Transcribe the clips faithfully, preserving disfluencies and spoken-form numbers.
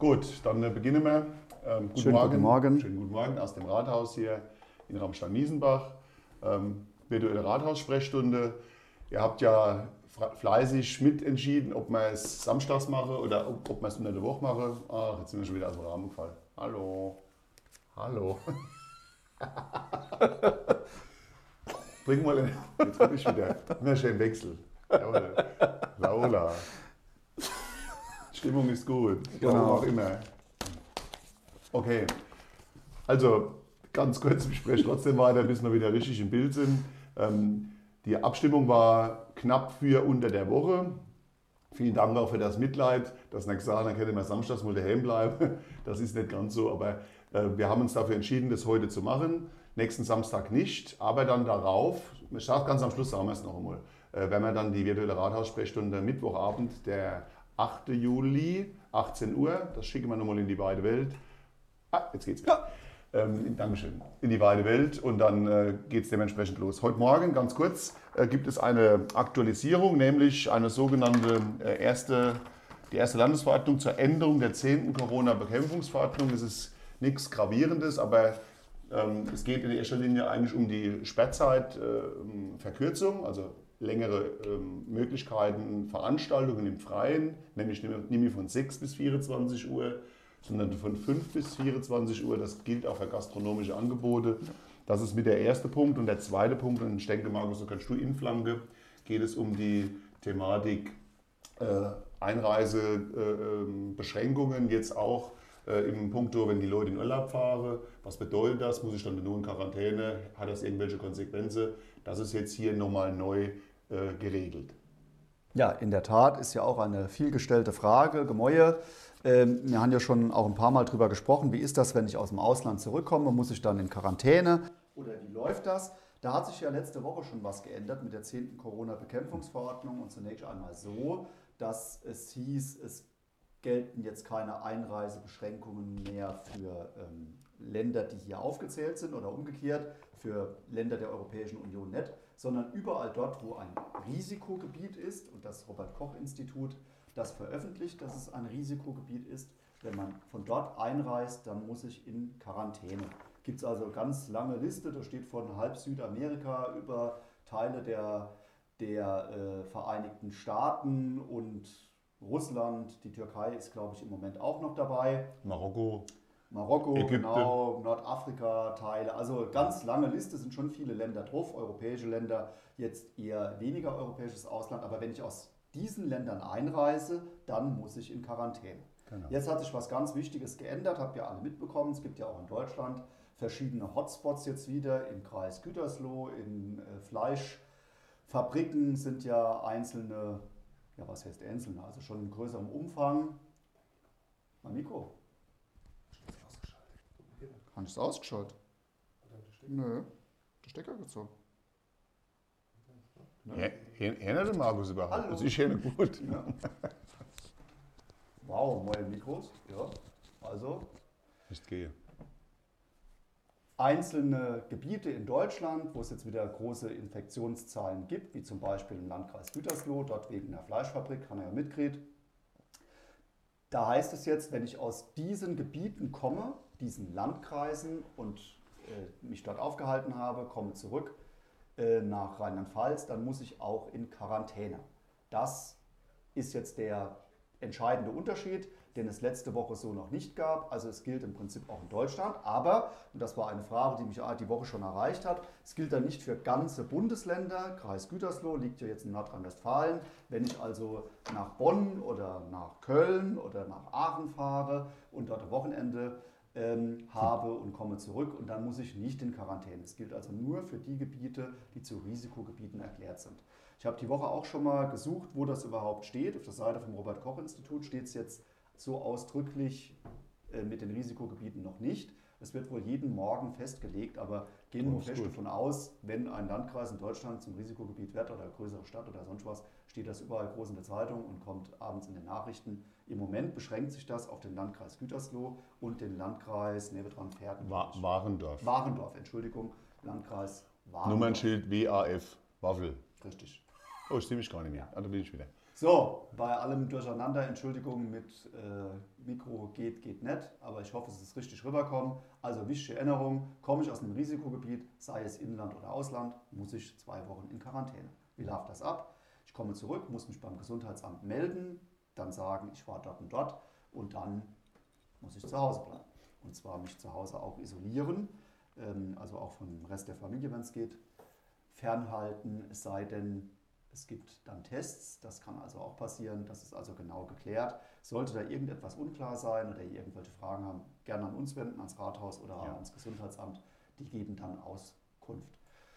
Gut, dann äh, beginnen wir. Ähm, guten, Schönen Morgen. guten Morgen. Schönen guten Morgen aus dem Rathaus hier in Ramstein-Miesenbach. Ähm, virtuelle Rathaus-Sprechstunde. Ihr habt ja fleißig mitentschieden, ob wir es samstags machen oder ob, ob wir es unter der Woche machen. Ach, jetzt sind wir schon wieder aus dem Rahmen gefallen. Hallo. Hallo. Bring mal, jetzt bin ich wieder. Immer schön Wechsel. Jawohl. Laula. Stimmung ist gut. Warum Genau. auch immer. Okay. Also, ganz kurz, ich spreche trotzdem weiter, bis wir wieder richtig im Bild sind. Ähm, die Abstimmung war knapp für unter der Woche. Vielen Dank auch für das Mitleid, dass nicht gesagt, dann könnte man samstags mal daheim bleiben. Das ist nicht ganz so, aber äh, wir haben uns dafür entschieden, das heute zu machen. Nächsten Samstag nicht, aber dann darauf, ich sage ganz am Schluss, sagen wir es noch einmal, äh, wenn wir dann die virtuelle Rathaussprechstunde Mittwochabend, der achte Juli, achtzehn Uhr, das schicken wir nochmal in die weite Welt. Ah, jetzt geht's wieder. Ähm, Dankeschön. In die weite Welt und dann äh, geht es dementsprechend los. Heute Morgen, ganz kurz, äh, gibt es eine Aktualisierung, nämlich eine sogenannte äh, erste, die erste Landesverordnung zur Änderung der zehnten Corona-Bekämpfungsverordnung. Das ist nichts Gravierendes, aber ähm, es geht in erster Linie eigentlich um die Sperrzeitverkürzung, äh, also längere ähm, Möglichkeiten, Veranstaltungen im Freien, nämlich nicht mehr von sechs bis vierundzwanzig Uhr, sondern von fünf bis vierundzwanzig Uhr. Das gilt auch für gastronomische Angebote. Das ist mit der erste Punkt. Und der zweite Punkt, und ich denke, Markus, so kannst du in Flanke, geht es um die Thematik äh, Einreisebeschränkungen, äh, jetzt auch äh, im Punkto, wenn die Leute in Urlaub fahren. Was bedeutet das? Muss ich dann nur in Quarantäne? Hat das irgendwelche Konsequenzen? Das ist jetzt hier nochmal neu äh, geregelt. Ja, in der Tat ist ja auch eine vielgestellte Frage, Gemäue. Ähm, wir haben ja schon auch ein paar Mal drüber gesprochen, wie ist das, wenn ich aus dem Ausland zurückkomme, muss ich dann in Quarantäne oder wie läuft das? Da hat sich ja letzte Woche schon was geändert mit der zehnten Corona-Bekämpfungsverordnung und zunächst einmal so, dass es hieß, es gelten jetzt keine Einreisebeschränkungen mehr für ähm, Länder, die hier aufgezählt sind oder umgekehrt für Länder der Europäischen Union nicht, sondern überall dort, wo ein Risikogebiet ist, und das Robert-Koch-Institut das veröffentlicht, dass es ein Risikogebiet ist. Wenn man von dort einreist, dann muss ich in Quarantäne. Gibt es also eine ganz lange Liste, da steht von halb Südamerika über Teile der, der äh, Vereinigten Staaten und Russland. Die Türkei ist, glaube ich, im Moment auch noch dabei. Marokko. Marokko, Ägypten. genau, Nordafrika, Teile. Also ganz lange Liste, sind schon viele Länder drauf, europäische Länder, jetzt eher weniger europäisches Ausland. Aber wenn ich aus diesen Ländern einreise, dann muss ich in Quarantäne. Genau. Jetzt hat sich was ganz Wichtiges geändert, habt ihr alle mitbekommen. Es gibt ja auch in Deutschland verschiedene Hotspots jetzt wieder im Kreis Gütersloh, in äh, Fleischfabriken sind ja einzelne, ja was heißt einzelne, also schon in größerem Umfang. Mein Mikro. Habe ich es ausgeschaltet? Nö, der Stecker gezogen. Ne? Erinnert den Markus überhaupt? Hallo. Also ich erinnere gut. Ja. Wow, neue Mikros. Ja, also Ich gehe. einzelne Gebiete in Deutschland, wo es jetzt wieder große Infektionszahlen gibt, wie zum Beispiel im Landkreis Gütersloh, dort wegen der Fleischfabrik, kann er ja mitkriegt. Da heißt es jetzt, wenn ich aus diesen Gebieten komme, diesen Landkreisen und äh, mich dort aufgehalten habe, komme zurück äh, nach Rheinland-Pfalz, dann muss ich auch in Quarantäne. Das ist jetzt der entscheidende Unterschied, den es letzte Woche so noch nicht gab. Also es gilt im Prinzip auch in Deutschland, aber, und das war eine Frage, die mich die Woche schon erreicht hat, es gilt dann nicht für ganze Bundesländer. Kreis Gütersloh liegt ja jetzt in Nordrhein-Westfalen. Wenn ich also nach Bonn oder nach Köln oder nach Aachen fahre und dort ein Wochenende ähm, habe und komme zurück und dann muss ich nicht in Quarantäne. Es gilt also nur für die Gebiete, die zu Risikogebieten erklärt sind. Ich habe die Woche auch schon mal gesucht, wo das überhaupt steht. Auf der Seite vom Robert-Koch-Institut steht es jetzt so ausdrücklich äh, mit den Risikogebieten noch nicht. Es wird wohl jeden Morgen festgelegt, aber gehen wir fest davon aus, wenn ein Landkreis in Deutschland zum Risikogebiet wird oder eine größere Stadt oder sonst was, steht das überall groß in der Zeitung und kommt abends in den Nachrichten. Im Moment beschränkt sich das auf den Landkreis Gütersloh und den Landkreis Nebeltran-Pferden. Warendorf. Warendorf, Entschuldigung, Landkreis Warendorf. Nummernschild W A F, Waffel. Richtig. Oh, ich sehe mich gar nicht mehr. Ah, da bin ich wieder. So, bei allem Durcheinander, Entschuldigung mit äh, Mikro geht, geht nicht, aber ich hoffe, es ist richtig rüberkommen. Also wichtige Erinnerung, komme ich aus einem Risikogebiet, sei es Inland oder Ausland, muss ich zwei Wochen in Quarantäne. Wie läuft das ab? Ich komme zurück, muss mich beim Gesundheitsamt melden, dann sagen, ich war dort und dort und dann muss ich zu Hause bleiben. Und zwar mich zu Hause auch isolieren, ähm, also auch vom Rest der Familie, wenn es geht, fernhalten, es sei denn, es gibt dann Tests, das kann also auch passieren, das ist also genau geklärt. Sollte da irgendetwas unklar sein oder ihr irgendwelche Fragen haben, gerne an uns wenden, ans Rathaus oder ja. ans Gesundheitsamt, die geben dann Auskunft.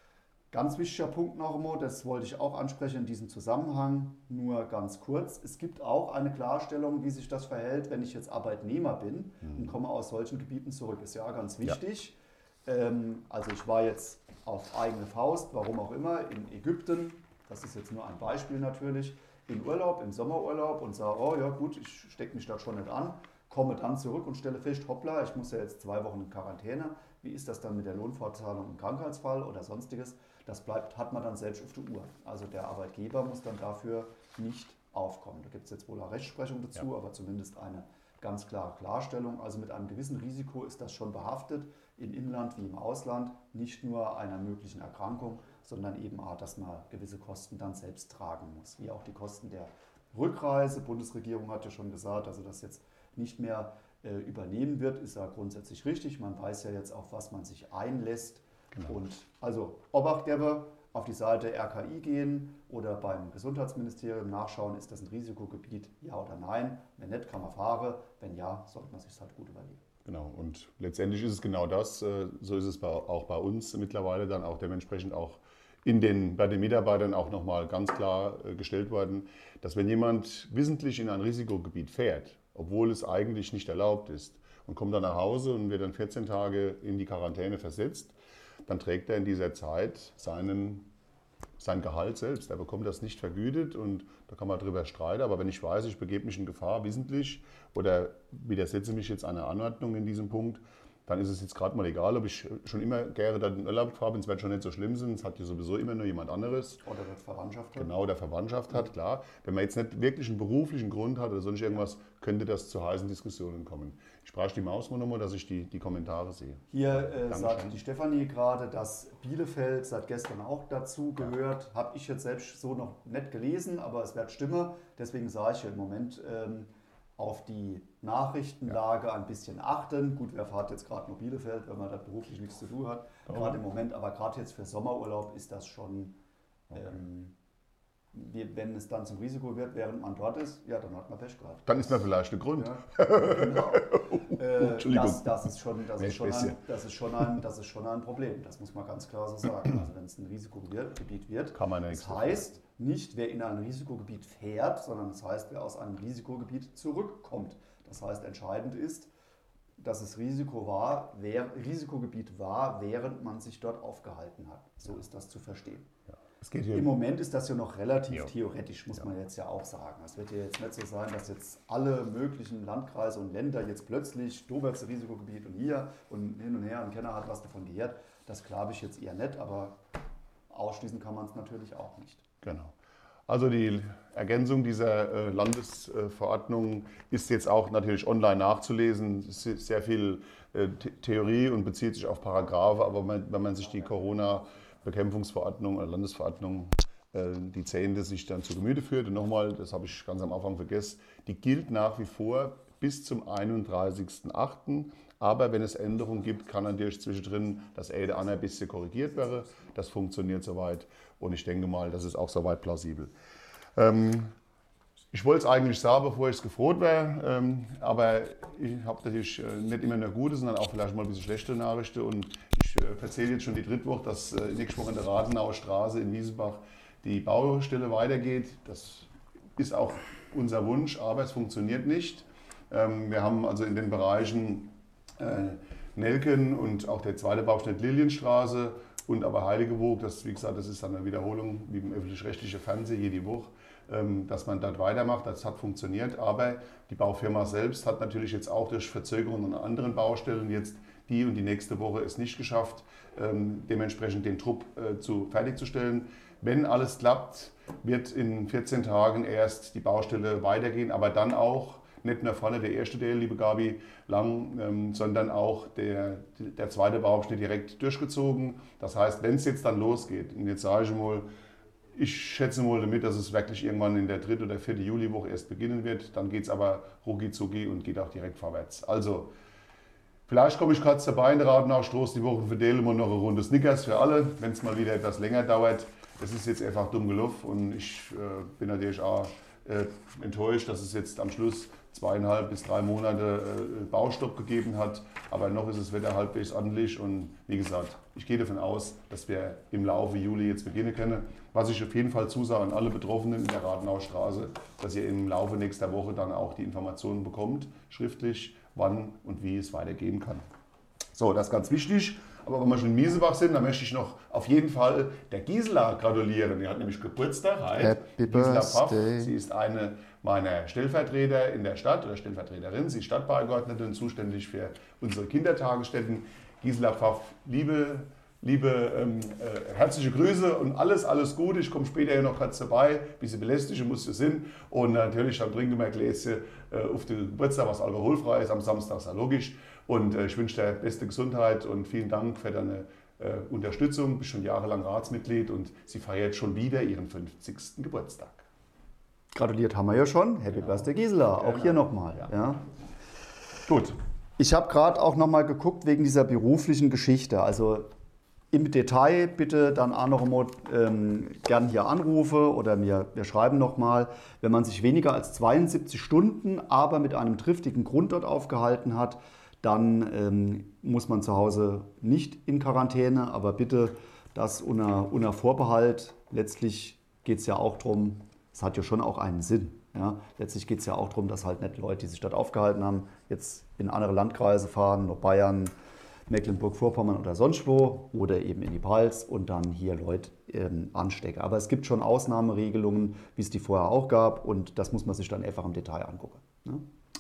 Ganz wichtiger Punkt noch, Mo, das wollte ich auch ansprechen in diesem Zusammenhang, nur ganz kurz. Es gibt auch eine Klarstellung, wie sich das verhält, wenn ich jetzt Arbeitnehmer bin mhm. und komme aus solchen Gebieten zurück. Ist ja ganz wichtig. Ja. Ähm, also ich war jetzt auf eigene Faust, warum auch immer, in Ägypten. Das ist jetzt nur ein Beispiel natürlich, im Urlaub, im Sommerurlaub und sage, oh ja gut, ich stecke mich da schon nicht an, komme dann zurück und stelle fest, hoppla, ich muss ja jetzt zwei Wochen in Quarantäne. Wie ist das dann mit der Lohnfortzahlung im Krankheitsfall oder sonstiges? Das bleibt, hat man dann selbst auf der Uhr. Also der Arbeitgeber muss dann dafür nicht aufkommen. Da gibt es jetzt wohl eine Rechtsprechung dazu, ja. aber zumindest eine ganz klare Klarstellung. Also mit einem gewissen Risiko ist das schon behaftet, im Inland wie im Ausland, nicht nur einer möglichen Erkrankung, sondern eben auch, dass man gewisse Kosten dann selbst tragen muss. Wie auch die Kosten der Rückreise. Die Bundesregierung hat ja schon gesagt, also das jetzt nicht mehr äh, übernehmen wird, ist ja grundsätzlich richtig. Man weiß ja jetzt, auf was man sich einlässt. Genau. Und also Obacht geben, auf die Seite R K I gehen oder beim Gesundheitsministerium nachschauen, ist das ein Risikogebiet, ja oder nein. Wenn nicht, kann man fahren. Wenn ja, sollte man sich halt gut überlegen. Genau, und letztendlich ist es genau das, so ist es auch bei uns mittlerweile dann auch dementsprechend auch in den, bei den Mitarbeitern auch nochmal ganz klar gestellt worden, dass wenn jemand wissentlich in ein Risikogebiet fährt, obwohl es eigentlich nicht erlaubt ist und kommt dann nach Hause und wird dann vierzehn Tage in die Quarantäne versetzt, dann trägt er in dieser Zeit seinen, sein Gehalt selbst. Er bekommt das nicht vergütet und da kann man drüber streiten. Aber wenn ich weiß, ich begebe mich in Gefahr wissentlich oder widersetze mich jetzt einer Anordnung in diesem Punkt, dann ist es jetzt gerade mal egal, ob ich schon immer gerne dann in Urlaub fahre. Es wird schon nicht so schlimm sein. Es hat ja sowieso immer nur jemand anderes. Oder der Verwandtschaft hat. Genau, der Verwandtschaft hat, klar. Wenn man jetzt nicht wirklich einen beruflichen Grund hat oder sonst irgendwas, könnte das zu heißen Diskussionen kommen. Ich sprach die Maus mal nochmal, dass ich die, die Kommentare sehe. Hier äh, sagt die Stefanie gerade, dass Bielefeld seit gestern auch dazu gehört. Ja. Habe ich jetzt selbst so noch nicht gelesen, aber es wird stimmen. Deswegen sage ich ja im Moment ähm, auf die Nachrichtenlage ja. ein bisschen achten. Gut, wer fährt jetzt gerade nur Bielefeld, wenn man da beruflich nichts zu tun hat. Oh. Gerade im Moment, aber gerade jetzt für Sommerurlaub ist das schon... Okay. Ähm, wenn es dann zum Risiko wird, während man dort ist, ja, dann hat man Pech gehabt. Dann ist man vielleicht ein Grund. Ja, genau. äh, das, das, ist schon, das, ist schon ein, das, ist schon ein, das ist schon ein Problem. Das muss man ganz klar so sagen. Also wenn es ein Risikogebiet wird, kann man das heißt nicht, wer in ein Risikogebiet fährt, sondern das heißt, wer aus einem Risikogebiet zurückkommt. Das heißt, entscheidend ist, dass es Risiko war, wer, Risikogebiet war, während man sich dort aufgehalten hat. So ist das zu verstehen. Ja. Es geht hier Im Moment ist das ja noch relativ ja. theoretisch, muss ja. man jetzt ja auch sagen. Es wird ja jetzt nicht so sein, dass jetzt alle möglichen Landkreise und Länder jetzt plötzlich Dobergs Risikogebiet und hier und hin und her und keiner hat was davon gehört. Das glaube ich jetzt eher nicht, aber ausschließen kann man es natürlich auch nicht. Genau. Also die Ergänzung dieser äh, Landesverordnung ist jetzt auch natürlich online nachzulesen. Es ist sehr viel äh, Theorie und bezieht sich auf Paragraphe, aber man, wenn man sich die Corona Bekämpfungsverordnung oder Landesverordnung, äh, die zehnte sich dann zu Gemüte führt. Und nochmal, das habe ich ganz am Anfang vergessen, die gilt nach wie vor bis zum einunddreißigsten achten Aber wenn es Änderungen gibt, kann natürlich zwischendrin das eine oder andere ein bisschen korrigiert werden. Das funktioniert soweit und ich denke mal, das ist auch soweit plausibel. Ähm, ich wollte es eigentlich sagen, bevor ich es gefroht wäre, ähm, aber ich habe natürlich nicht immer nur gute, sondern auch vielleicht mal ein bisschen schlechte Nachrichten. Und ich äh, erzähle jetzt schon die dritte Woche, dass äh, nächste Woche in der Rathenauer Straße in Wiesebach die Baustelle weitergeht. Das ist auch unser Wunsch, aber es funktioniert nicht. Ähm, wir haben also in den Bereichen äh, Nelken und auch der zweite Bauschnitt Lilienstraße und aber Heiligewoog, das, wie gesagt, das ist dann eine Wiederholung wie im öffentlich-rechtlichen Fernsehen jede Woche, ähm, dass man dort weitermacht. Das hat funktioniert, aber die Baufirma selbst hat natürlich jetzt auch durch Verzögerungen an anderen Baustellen jetzt die und die nächste Woche es nicht geschafft, ähm, dementsprechend den Trupp äh, zu fertigzustellen. wenn alles klappt, wird in vierzehn Tagen erst die Baustelle weitergehen, aber dann auch nicht nur vorne der erste Teil, liebe Gabi, lang, ähm, sondern auch der, der zweite Bauabschnitt direkt durchgezogen. Das heißt, wenn es jetzt dann losgeht, und jetzt sage ich mal, ich schätze mal damit, dass es wirklich irgendwann in der dritten oder vierten Juliwoche erst beginnen wird, dann geht es aber rucki zucki und geht auch direkt vorwärts. Also, vielleicht komme ich kurz dabei in der Radenaustraße die Woche verteilen wir noch eine Runde Snickers für alle, wenn es mal wieder etwas länger dauert. Es ist jetzt einfach dumm gelaufen und ich äh, bin natürlich auch äh, enttäuscht, dass es jetzt am Schluss zweieinhalb bis drei Monate äh, Baustopp gegeben hat. Aber noch ist das Wetter halbwegs ordentlich und wie gesagt, ich gehe davon aus, dass wir im Laufe Juli jetzt beginnen können. Was ich auf jeden Fall zusage an alle Betroffenen in der Radenaustraße, dass ihr im Laufe nächster Woche dann auch die Informationen bekommt, schriftlich, wann und wie es weitergehen kann. So, das ist ganz wichtig. Aber wenn wir schon in Miesebach sind, dann möchte ich noch auf jeden Fall der Gisela gratulieren. Die hat nämlich Geburtstag. Happy Gisela Pfaff. Birthday. Sie ist eine meiner Stellvertreter in der Stadt oder Stellvertreterin. Sie ist Stadtbeigeordnete und zuständig für unsere Kindertagesstätten. Gisela Pfaff, liebe, liebe ähm, äh, herzliche Grüße und alles, alles Gute. Ich komme später hier noch kurz dabei. Ein bisschen belästigen muss es sein. Und natürlich dann trinken wir ein Gläschen äh, auf den Geburtstag, was alkoholfrei ist. Am Samstag ist ja logisch. Und äh, ich wünsche dir beste Gesundheit und vielen Dank für deine äh, Unterstützung. Du bist schon jahrelang Ratsmitglied und sie feiert schon wieder ihren fünfzigsten Geburtstag. Gratuliert haben wir ja schon. Happy Birthday Gisela, auch Genau. hier nochmal. Ja. Ja. Gut. Ich habe gerade auch nochmal geguckt wegen dieser beruflichen Geschichte. Also im Detail bitte dann auch noch mal ähm, gern hier anrufe oder wir, wir schreiben nochmal. Wenn man sich weniger als zweiundsiebzig Stunden, aber mit einem triftigen Grund dort aufgehalten hat, dann ähm, muss man zu Hause nicht in Quarantäne, aber bitte das unter, unter Vorbehalt. Letztlich geht es ja auch darum, es hat ja schon auch einen Sinn. Ja? Letztlich geht es ja auch darum, dass halt nicht Leute, die sich dort aufgehalten haben, jetzt in andere Landkreise fahren, nach Bayern, Mecklenburg-Vorpommern oder sonst wo oder eben in die Pfalz und dann hier Leute ähm, anstecken. Aber es gibt schon Ausnahmeregelungen, wie es die vorher auch gab und das muss man sich dann einfach im Detail angucken. Ne?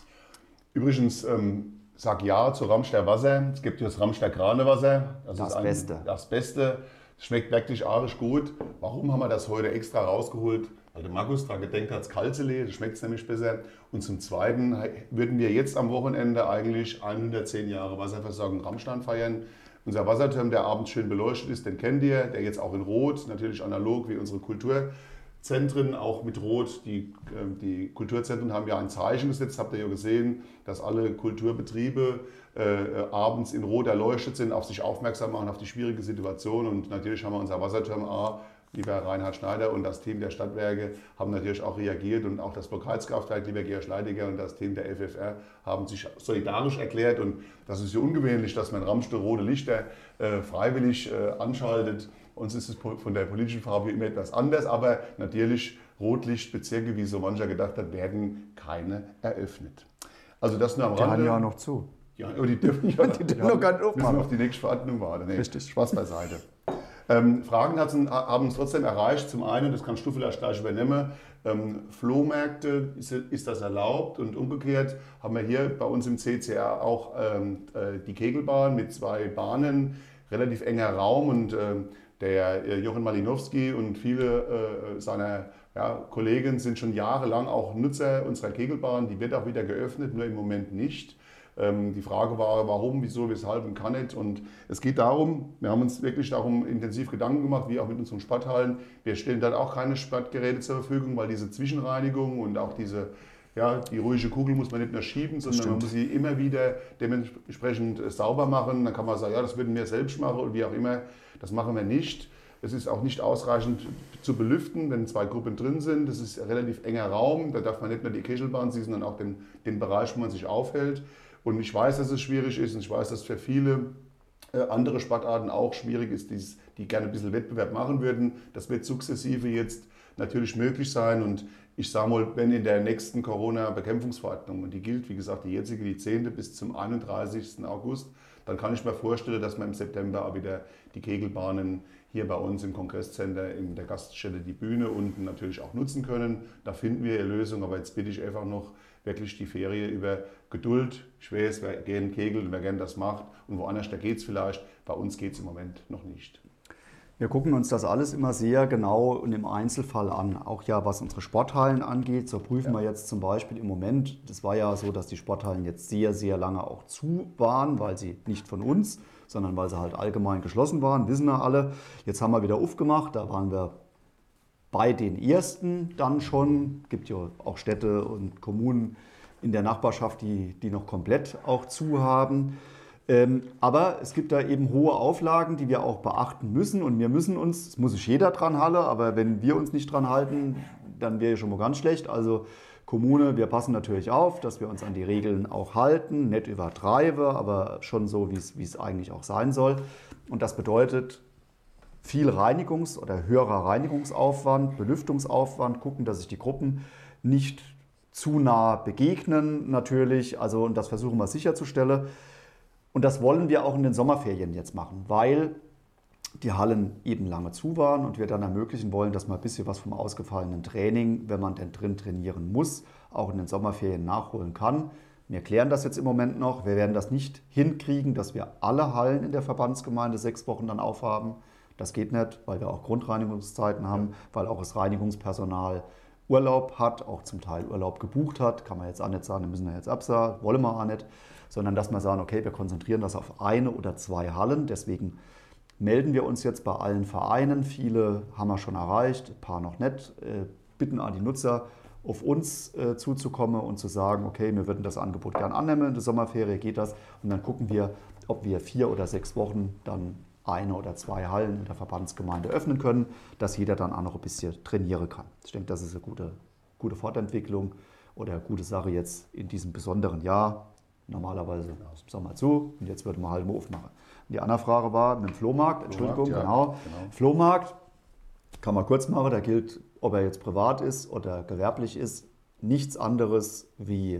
Übrigens, ähm, sag ja zu Ramster Wasser. Es gibt hier das Ramster Kranewasser. Das, Das ist ein, Beste. Das Beste. Es schmeckt wirklich arisch gut. Warum haben wir das heute extra rausgeholt? Weil der Markus daran gedenkt hat, das Kalzele, das schmeckt nämlich besser. Und zum Zweiten würden wir jetzt am Wochenende eigentlich hundertzehn Jahre Wasserversorgung Ramstein feiern. Unser Wasserturm, der abends schön beleuchtet ist, den kennt ihr, der jetzt auch in Rot, natürlich analog wie unsere Kulturzentren, auch mit Rot. Die, die Kulturzentren haben ja ein Zeichen gesetzt, habt ihr ja gesehen, dass alle Kulturbetriebe äh, abends in Rot erleuchtet sind, auf sich aufmerksam machen, auf die schwierige Situation. Und natürlich haben wir unser Wasserturm A, lieber Reinhard Schneider und das Team der Stadtwerke haben natürlich auch reagiert und auch das Blockheizkraftwerk, lieber Georg Schleidiger und das Team der F F R haben sich solidarisch erklärt und das ist ja ungewöhnlich, dass man Ramstel rote Lichter äh, freiwillig äh, anschaltet. Uns ist es von der politischen Farbe immer etwas anders, aber natürlich Rotlichtbezirke, wie so mancher gedacht hat, werden keine eröffnet. Also das nur am Die haben Rande. ja auch noch zu. Ja, aber die dürfen ja Die dürfen noch gar nicht müssen aufmachen. auf die nächste Verordnung warten. Nee, Richtig. Spaß beiseite. Ähm, Fragen hat's- haben uns trotzdem erreicht. Zum einen, das kannst du vielleicht gleich übernehmen, ähm, Flohmärkte, ist, ist das erlaubt? Und umgekehrt haben wir hier bei uns im C C R auch ähm, äh, die Kegelbahn mit zwei Bahnen, relativ enger Raum und ähm, der äh, Jochen Malinowski und viele äh, seiner ja, Kollegen sind schon jahrelang auch Nutzer unserer Kegelbahn. Die wird auch wieder geöffnet, nur im Moment nicht. Ähm, die Frage war, warum, wieso, weshalb und kann nicht. Und es geht darum, wir haben uns wirklich darum intensiv Gedanken gemacht, wie auch mit unseren Sporthallen. Wir stellen dort auch keine Sportgeräte zur Verfügung, weil diese Zwischenreinigung und auch diese, ja, die ruhige Kugel muss man nicht nur schieben, sondern man muss sie immer wieder dementsprechend sauber machen. Dann kann man sagen, ja, das würden wir selbst machen oder wie auch immer. Das machen wir nicht. Es ist auch nicht ausreichend zu belüften, wenn zwei Gruppen drin sind. Das ist ein relativ enger Raum. Da darf man nicht nur die Kegelbahn sehen, sondern auch den, den Bereich, wo man sich aufhält. Und ich weiß, dass es schwierig ist und ich weiß, dass für viele äh, andere Sportarten auch schwierig ist, die, die gerne ein bisschen Wettbewerb machen würden. Das wird sukzessive jetzt natürlich möglich sein. Und ich sage mal, wenn in der nächsten Corona-Bekämpfungsverordnung, und die gilt, wie gesagt, die jetzige, die zehnte bis zum einunddreißigsten August, dann kann ich mir vorstellen, dass man im September auch wieder die Kegelbahnen hier bei uns im Kongresscenter in der Gaststätte die Bühne unten natürlich auch nutzen können. Da finden wir eine Lösung, aber jetzt bitte ich einfach noch wirklich die Ferien über Geduld. Ich weiß, wer gerne kegelt und wer gerne das macht und woanders, da geht es vielleicht. Bei uns geht es im Moment noch nicht. Wir gucken uns das alles immer sehr genau und im Einzelfall an. Auch ja, was unsere Sporthallen angeht, so prüfen ja. wir jetzt zum Beispiel im Moment, das war ja so, dass die Sporthallen jetzt sehr, sehr lange auch zu waren, weil sie nicht von uns, sondern weil sie halt allgemein geschlossen waren, wissen wir alle. Jetzt haben wir wieder aufgemacht, da waren wir bei den ersten dann schon. Es gibt ja auch Städte und Kommunen in der Nachbarschaft, die, die noch komplett auch zu haben. Ähm, aber es gibt da eben hohe Auflagen, die wir auch beachten müssen. Und wir müssen uns, es muss sich jeder dran halten, aber wenn wir uns nicht dran halten, dann wäre schon mal ganz schlecht. Also Kommune, wir passen natürlich auf, dass wir uns an die Regeln auch halten, nicht übertreiben, aber schon so, wie es, wie es eigentlich auch sein soll. Und das bedeutet viel Reinigungs- oder höherer Reinigungsaufwand, Belüftungsaufwand, gucken, dass sich die Gruppen nicht zu nah begegnen natürlich. Also, und das versuchen wir sicherzustellen. Und das wollen wir auch in den Sommerferien jetzt machen, weil die Hallen eben lange zu waren und wir dann ermöglichen wollen, dass man ein bisschen was vom ausgefallenen Training, wenn man denn drin trainieren muss, auch in den Sommerferien nachholen kann. Wir klären das jetzt im Moment noch. Wir werden das nicht hinkriegen, dass wir alle Hallen in der Verbandsgemeinde sechs Wochen dann aufhaben. Das geht nicht, weil wir auch Grundreinigungszeiten haben, weil auch das Reinigungspersonal Urlaub hat, auch zum Teil Urlaub gebucht hat. Kann man jetzt auch nicht sagen, wir müssen wir jetzt absagen, wollen wir auch nicht. Sondern dass wir sagen, okay, wir konzentrieren das auf eine oder zwei Hallen. Deswegen melden wir uns jetzt bei allen Vereinen. Viele haben wir schon erreicht, ein paar noch nicht. Bitten an die Nutzer, auf uns zuzukommen und zu sagen, okay, wir würden das Angebot gern annehmen. In der Sommerferie geht das. Und dann gucken wir, ob wir vier oder sechs Wochen dann eine oder zwei Hallen in der Verbandsgemeinde öffnen können, dass jeder dann auch noch ein bisschen trainieren kann. Ich denke, das ist eine gute, gute Fortentwicklung oder eine gute Sache jetzt in diesem besonderen Jahr. Normalerweise ist im Sommer zu und jetzt würde man halt mal aufmachen. Und die andere Frage war mit dem Flohmarkt, Entschuldigung, Flohmarkt, ja, genau. genau. Flohmarkt kann man kurz machen, da gilt, ob er jetzt privat ist oder gewerblich ist, nichts anderes wie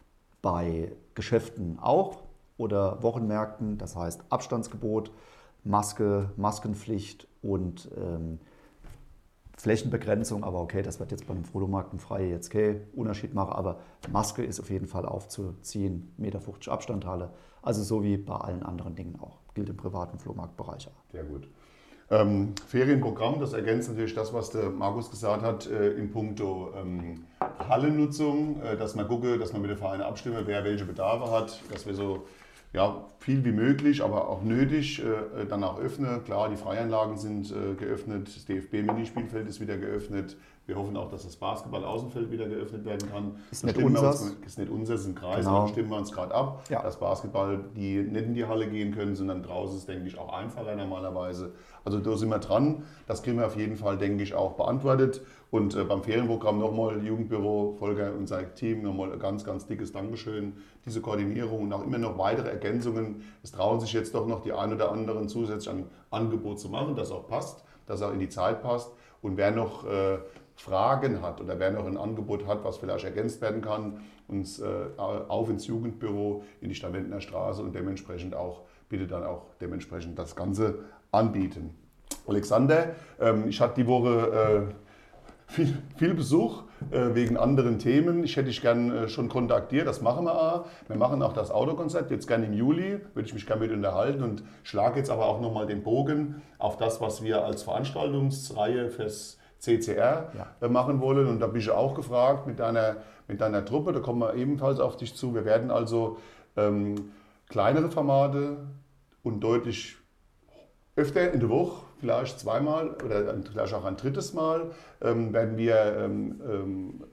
bei Geschäften auch oder Wochenmärkten, das heißt Abstandsgebot, Maske, Maskenpflicht und ähm, Flächenbegrenzung, aber okay, das wird jetzt bei einem Flohmarkt ein freier jetzt kein Unterschied machen, aber Maske ist auf jeden Fall aufzuziehen, eins Meter fünfzig Abstand Halle, also so wie bei allen anderen Dingen auch, gilt im privaten Flohmarktbereich auch. Sehr gut. Ähm, Ferienprogramm, das ergänzt natürlich das, was der Markus gesagt hat, äh, in puncto ähm, Hallennutzung, äh, dass man gucke, dass man mit den Vereinen abstimme, wer welche Bedarfe hat, dass wir so ja, viel wie möglich, aber auch nötig äh, dann auch öffnen. Klar, die Freianlagen sind äh, geöffnet, das D F B-Minispielfeld ist wieder geöffnet. Wir hoffen auch, dass das Basketball-Außenfeld wieder geöffnet werden kann. Ist nicht unseres. Ist nicht unseres, ist ein Kreis, Genau. aber stimmen wir uns gerade ab, Ja. dass Basketball die nicht in die Halle gehen können, sondern draußen ist, denke ich, auch einfacher normalerweise. Also da sind wir dran. Das kriegen wir auf jeden Fall, denke ich, auch beantwortet. Und äh, beim Ferienprogramm nochmal, Jugendbüro, Volker und sein Team, nochmal ein ganz, ganz dickes Dankeschön. Diese Koordinierung und auch immer noch weitere Ergänzungen. Es trauen sich jetzt doch noch die ein oder anderen zusätzlich ein Angebot zu machen, das auch passt, das auch in die Zeit passt. Und wer noch äh, Fragen hat oder wer noch ein Angebot hat, was vielleicht ergänzt werden kann, uns äh, auf ins Jugendbüro in die Stammwendner Straße und dementsprechend auch, bitte dann auch dementsprechend das Ganze anbieten. Alexander, ähm, ich hatte die Woche äh, viel, viel Besuch äh, wegen anderen Themen. Ich hätte dich gerne äh, schon kontaktiert, das machen wir auch. Wir machen auch das Autokonzert, jetzt gerne im Juli, würde ich mich gerne mit unterhalten und schlage jetzt aber auch nochmal den Bogen auf das, was wir als Veranstaltungsreihe fürs C C R ja. äh, machen wollen. Und da bin ich auch gefragt mit deiner, mit deiner Truppe, da kommen wir ebenfalls auf dich zu. Wir werden also ähm, kleinere Formate und deutlich öfter in der Woche, vielleicht zweimal oder vielleicht auch ein drittes Mal, ähm, werden wir, ähm, ähm,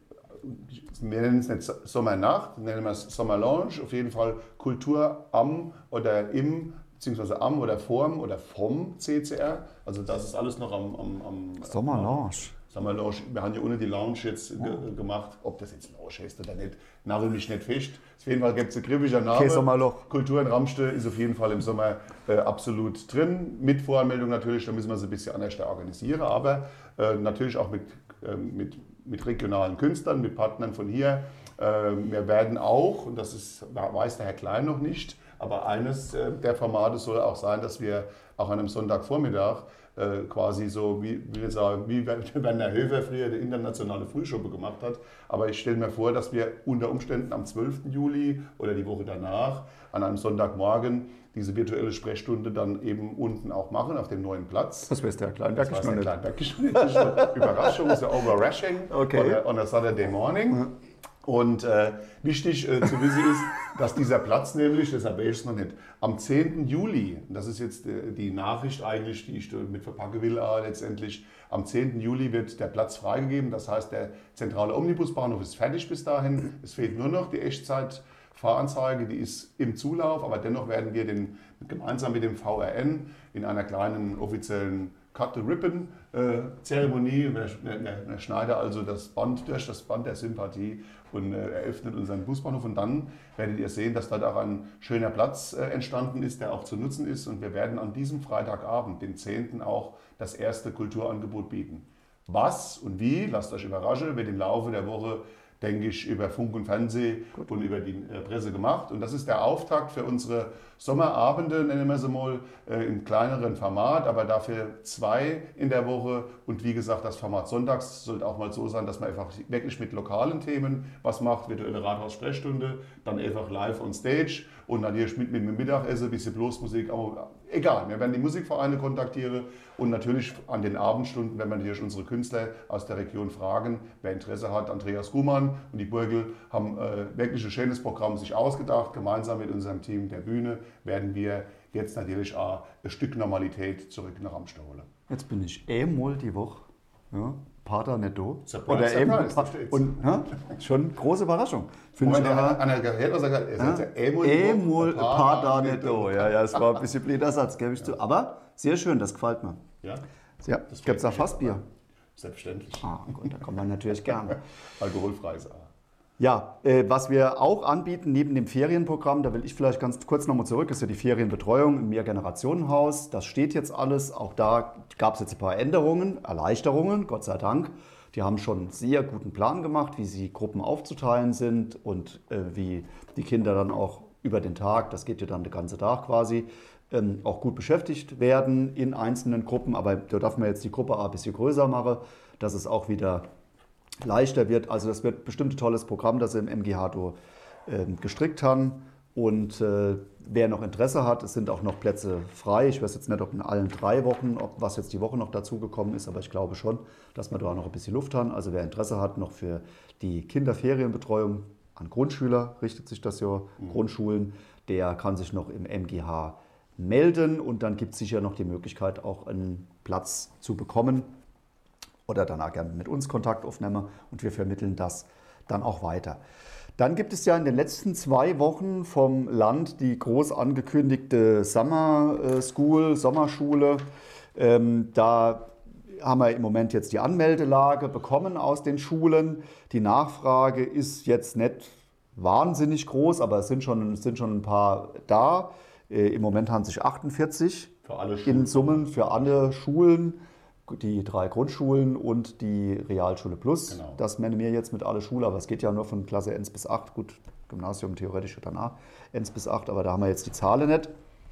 wir nennen es nicht Sommernacht, nennen wir es Sommerlounge, auf jeden Fall Kultur am oder im, beziehungsweise am oder vorm oder vom C C R. Also das ist alles noch am... am, am Sommerlounge. Sommerlounge. Wir haben ja ohne die Lounge jetzt ge gemacht, ob das jetzt Lounge heißt oder nicht, nagel mich nicht fest. Auf jeden Fall gibt es ein griffiger Name. Okay, Sommerloch. Kultur in Ramste ist auf jeden Fall im Sommer äh, absolut drin. Mit Voranmeldung natürlich, da müssen wir es ein bisschen anders organisieren, aber äh, natürlich auch mit, äh, mit, mit regionalen Künstlern, mit Partnern von hier. Äh, wir werden auch, und das ist, weiß der Herr Klein noch nicht, aber eines äh, der Formate soll auch sein, dass wir auch an einem Sonntagvormittag äh, quasi so, wie, wie wir sagen, wie Werner Höfer früher die internationale Frühschoppe gemacht hat. Aber ich stelle mir vor, dass wir unter Umständen am zwölften Juli oder die Woche danach an einem Sonntagmorgen diese virtuelle Sprechstunde dann eben unten auch machen, auf dem neuen Platz. Das wäre der Kleinbergisch noch nicht. Kleinbergisch Überraschung, ist ja overrushing okay. on, a, on a Saturday morning. Mhm. Und äh, wichtig äh, zu wissen ist, dass dieser Platz nämlich, deshalb weiß ich es noch nicht, am zehnten Juli, das ist jetzt äh, die Nachricht eigentlich, die ich mit verpacken will, äh, letztendlich, am zehnten Juli wird der Platz freigegeben. Das heißt, der zentrale Omnibusbahnhof ist fertig bis dahin. Es fehlt nur noch die Echtzeitfahranzeige, die ist im Zulauf, aber dennoch werden wir den, gemeinsam mit dem V R N in einer kleinen offiziellen Cut the Ribbon äh, Zeremonie. Wir schneiden also das Band durch das Band der Sympathie und äh, eröffnet unseren Busbahnhof. Und dann werdet ihr sehen, dass dort auch ein schöner Platz äh, entstanden ist, der auch zu nutzen ist. Und wir werden an diesem Freitagabend, den zehnten auch das erste Kulturangebot bieten. Was und wie, lasst euch überraschen, wird im Laufe der Woche, denke ich, über Funk und Fernsehen Gut. und über die äh, Presse gemacht. Und das ist der Auftakt für unsere Sommerabende, nennen wir sie mal, äh, im kleineren Format, aber dafür zwei in der Woche. Und wie gesagt, das Format sonntags sollte auch mal so sein, dass man einfach wirklich mit lokalen Themen was macht, virtuelle Rathaus-Sprechstunde, dann einfach live on stage und natürlich mit, mit dem Mittagessen, ein bisschen Bloßmusik, aber egal, wir werden die Musikvereine kontaktieren und natürlich an den Abendstunden werden wir natürlich unsere Künstler aus der Region fragen, wer Interesse hat. Andreas Gumann und die Burgel haben äh, wirklich ein schönes Programm sich ausgedacht. Gemeinsam mit unserem Team der Bühne werden wir jetzt natürlich auch ein Stück Normalität zurück nach Ramstein holen. Jetzt bin ich einmal die Woche, ja, Pater nicht da. Surprise, Oder surprise, pa und ja, schon große Überraschung. Moment, Anna, Anna hätte was gesagt, er sagt ja einmal Pater nicht da. Ja, ja, es war ein bisschen blöder Satz, gebe ich ja. zu. Aber sehr schön, das gefällt mir. Ja? Ja, gibt es da Fassbier? Selbstverständlich. Ah, gut, da kommt man natürlich gerne. Alkoholfreies A. Ja, äh, was wir auch anbieten, neben dem Ferienprogramm, da will ich vielleicht ganz kurz nochmal zurück, ist ja die Ferienbetreuung im Mehrgenerationenhaus. Das steht jetzt alles. Auch da gab es jetzt ein paar Änderungen, Erleichterungen, Gott sei Dank. Die haben schon einen sehr guten Plan gemacht, wie sie Gruppen aufzuteilen sind und äh, wie die Kinder dann auch über den Tag, das geht ja dann den ganzen Tag quasi, ähm, auch gut beschäftigt werden in einzelnen Gruppen. Aber da darf man jetzt die Gruppe ein bisschen größer machen, dass es auch wieder leichter wird. Also das wird bestimmt ein tolles Programm, das sie im M G H äh, gestrickt haben. Und äh, wer noch Interesse hat, es sind auch noch Plätze frei. Ich weiß jetzt nicht, ob in allen drei Wochen, ob was jetzt die Woche noch dazugekommen ist, aber ich glaube schon, dass wir da noch ein bisschen Luft haben. Also wer Interesse hat, noch für die Kinderferienbetreuung an Grundschüler, richtet sich das ja, mhm. Grundschulen, der kann sich noch im M G H melden und dann gibt es sicher noch die Möglichkeit, auch einen Platz zu bekommen. Oder danach gerne mit uns Kontakt aufnehmen und wir vermitteln das dann auch weiter. Dann gibt es ja in den letzten zwei Wochen vom Land die groß angekündigte Summer School, Sommerschule. Ähm, da haben wir im Moment jetzt die Anmeldelage bekommen aus den Schulen. Die Nachfrage ist jetzt nicht wahnsinnig groß, aber es sind schon, es sind schon ein paar da. Äh, Im Moment haben sich achtundvierzig für alle Schulen. In Summen für alle Schulen. Die drei Grundschulen und die Realschule Plus. Genau. Das nennen wir jetzt mit alle Schule, aber es geht ja nur von Klasse eins bis acht. Gut, Gymnasium theoretisch danach eins bis acht, aber da haben wir jetzt die Zahlen nicht.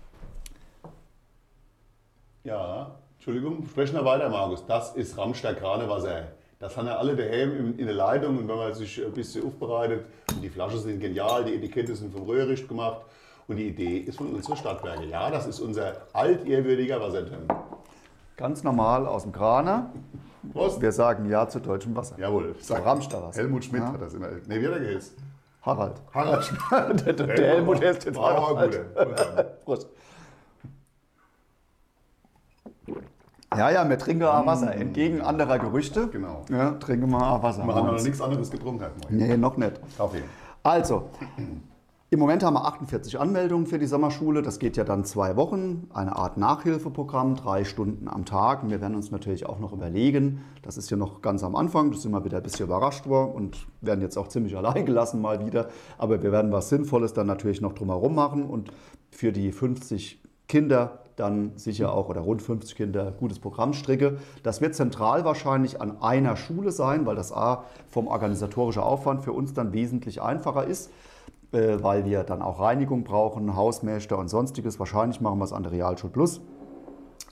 Ja, Entschuldigung, sprechen wir weiter, Markus. Das ist Ramstein Kranewasser. Das haben ja alle daheim in der Leitung und wenn man sich ein bisschen aufbereitet. Und die Flaschen sind genial, die Etikette sind vom Röhricht gemacht und die Idee ist von unseren Stadtwerken. Ja, das ist unser altehrwürdiger Wasserturm. Ganz normal aus dem Kraner. Prost. Wir sagen Ja zu deutschem Wasser. Jawohl. So Ramstein Wasser. Helmut Schmidt ja. hat das immer. Ne, wie hat er geheißen? Harald. Harald Schmidt. der, der, der Helmut ist jetzt Harald. Prost. Ja, ja, wir trinken auch Wasser. Entgegen anderer Gerüchte. Genau. Ja, trinken wir auch Wasser. Wir haben noch nichts anderes getrunken. Nee, noch nicht. Kaffee. Also, im Moment haben wir achtundvierzig Anmeldungen für die Sommerschule. Das geht ja dann zwei Wochen, eine Art Nachhilfeprogramm, drei Stunden am Tag. Und wir werden uns natürlich auch noch überlegen, das ist ja noch ganz am Anfang, da sind wir wieder ein bisschen überrascht worden und werden jetzt auch ziemlich allein gelassen mal wieder. Aber wir werden was Sinnvolles dann natürlich noch drumherum machen und für die fünfzig Kinder dann sicher auch, oder rund fünfzig Kinder, gutes Programm stricke. Das wird zentral wahrscheinlich an einer Schule sein, weil das A vom organisatorischen Aufwand für uns dann wesentlich einfacher ist. Weil wir dann auch Reinigung brauchen, Hausmeister und sonstiges. Wahrscheinlich machen wir es an der Realschule Plus.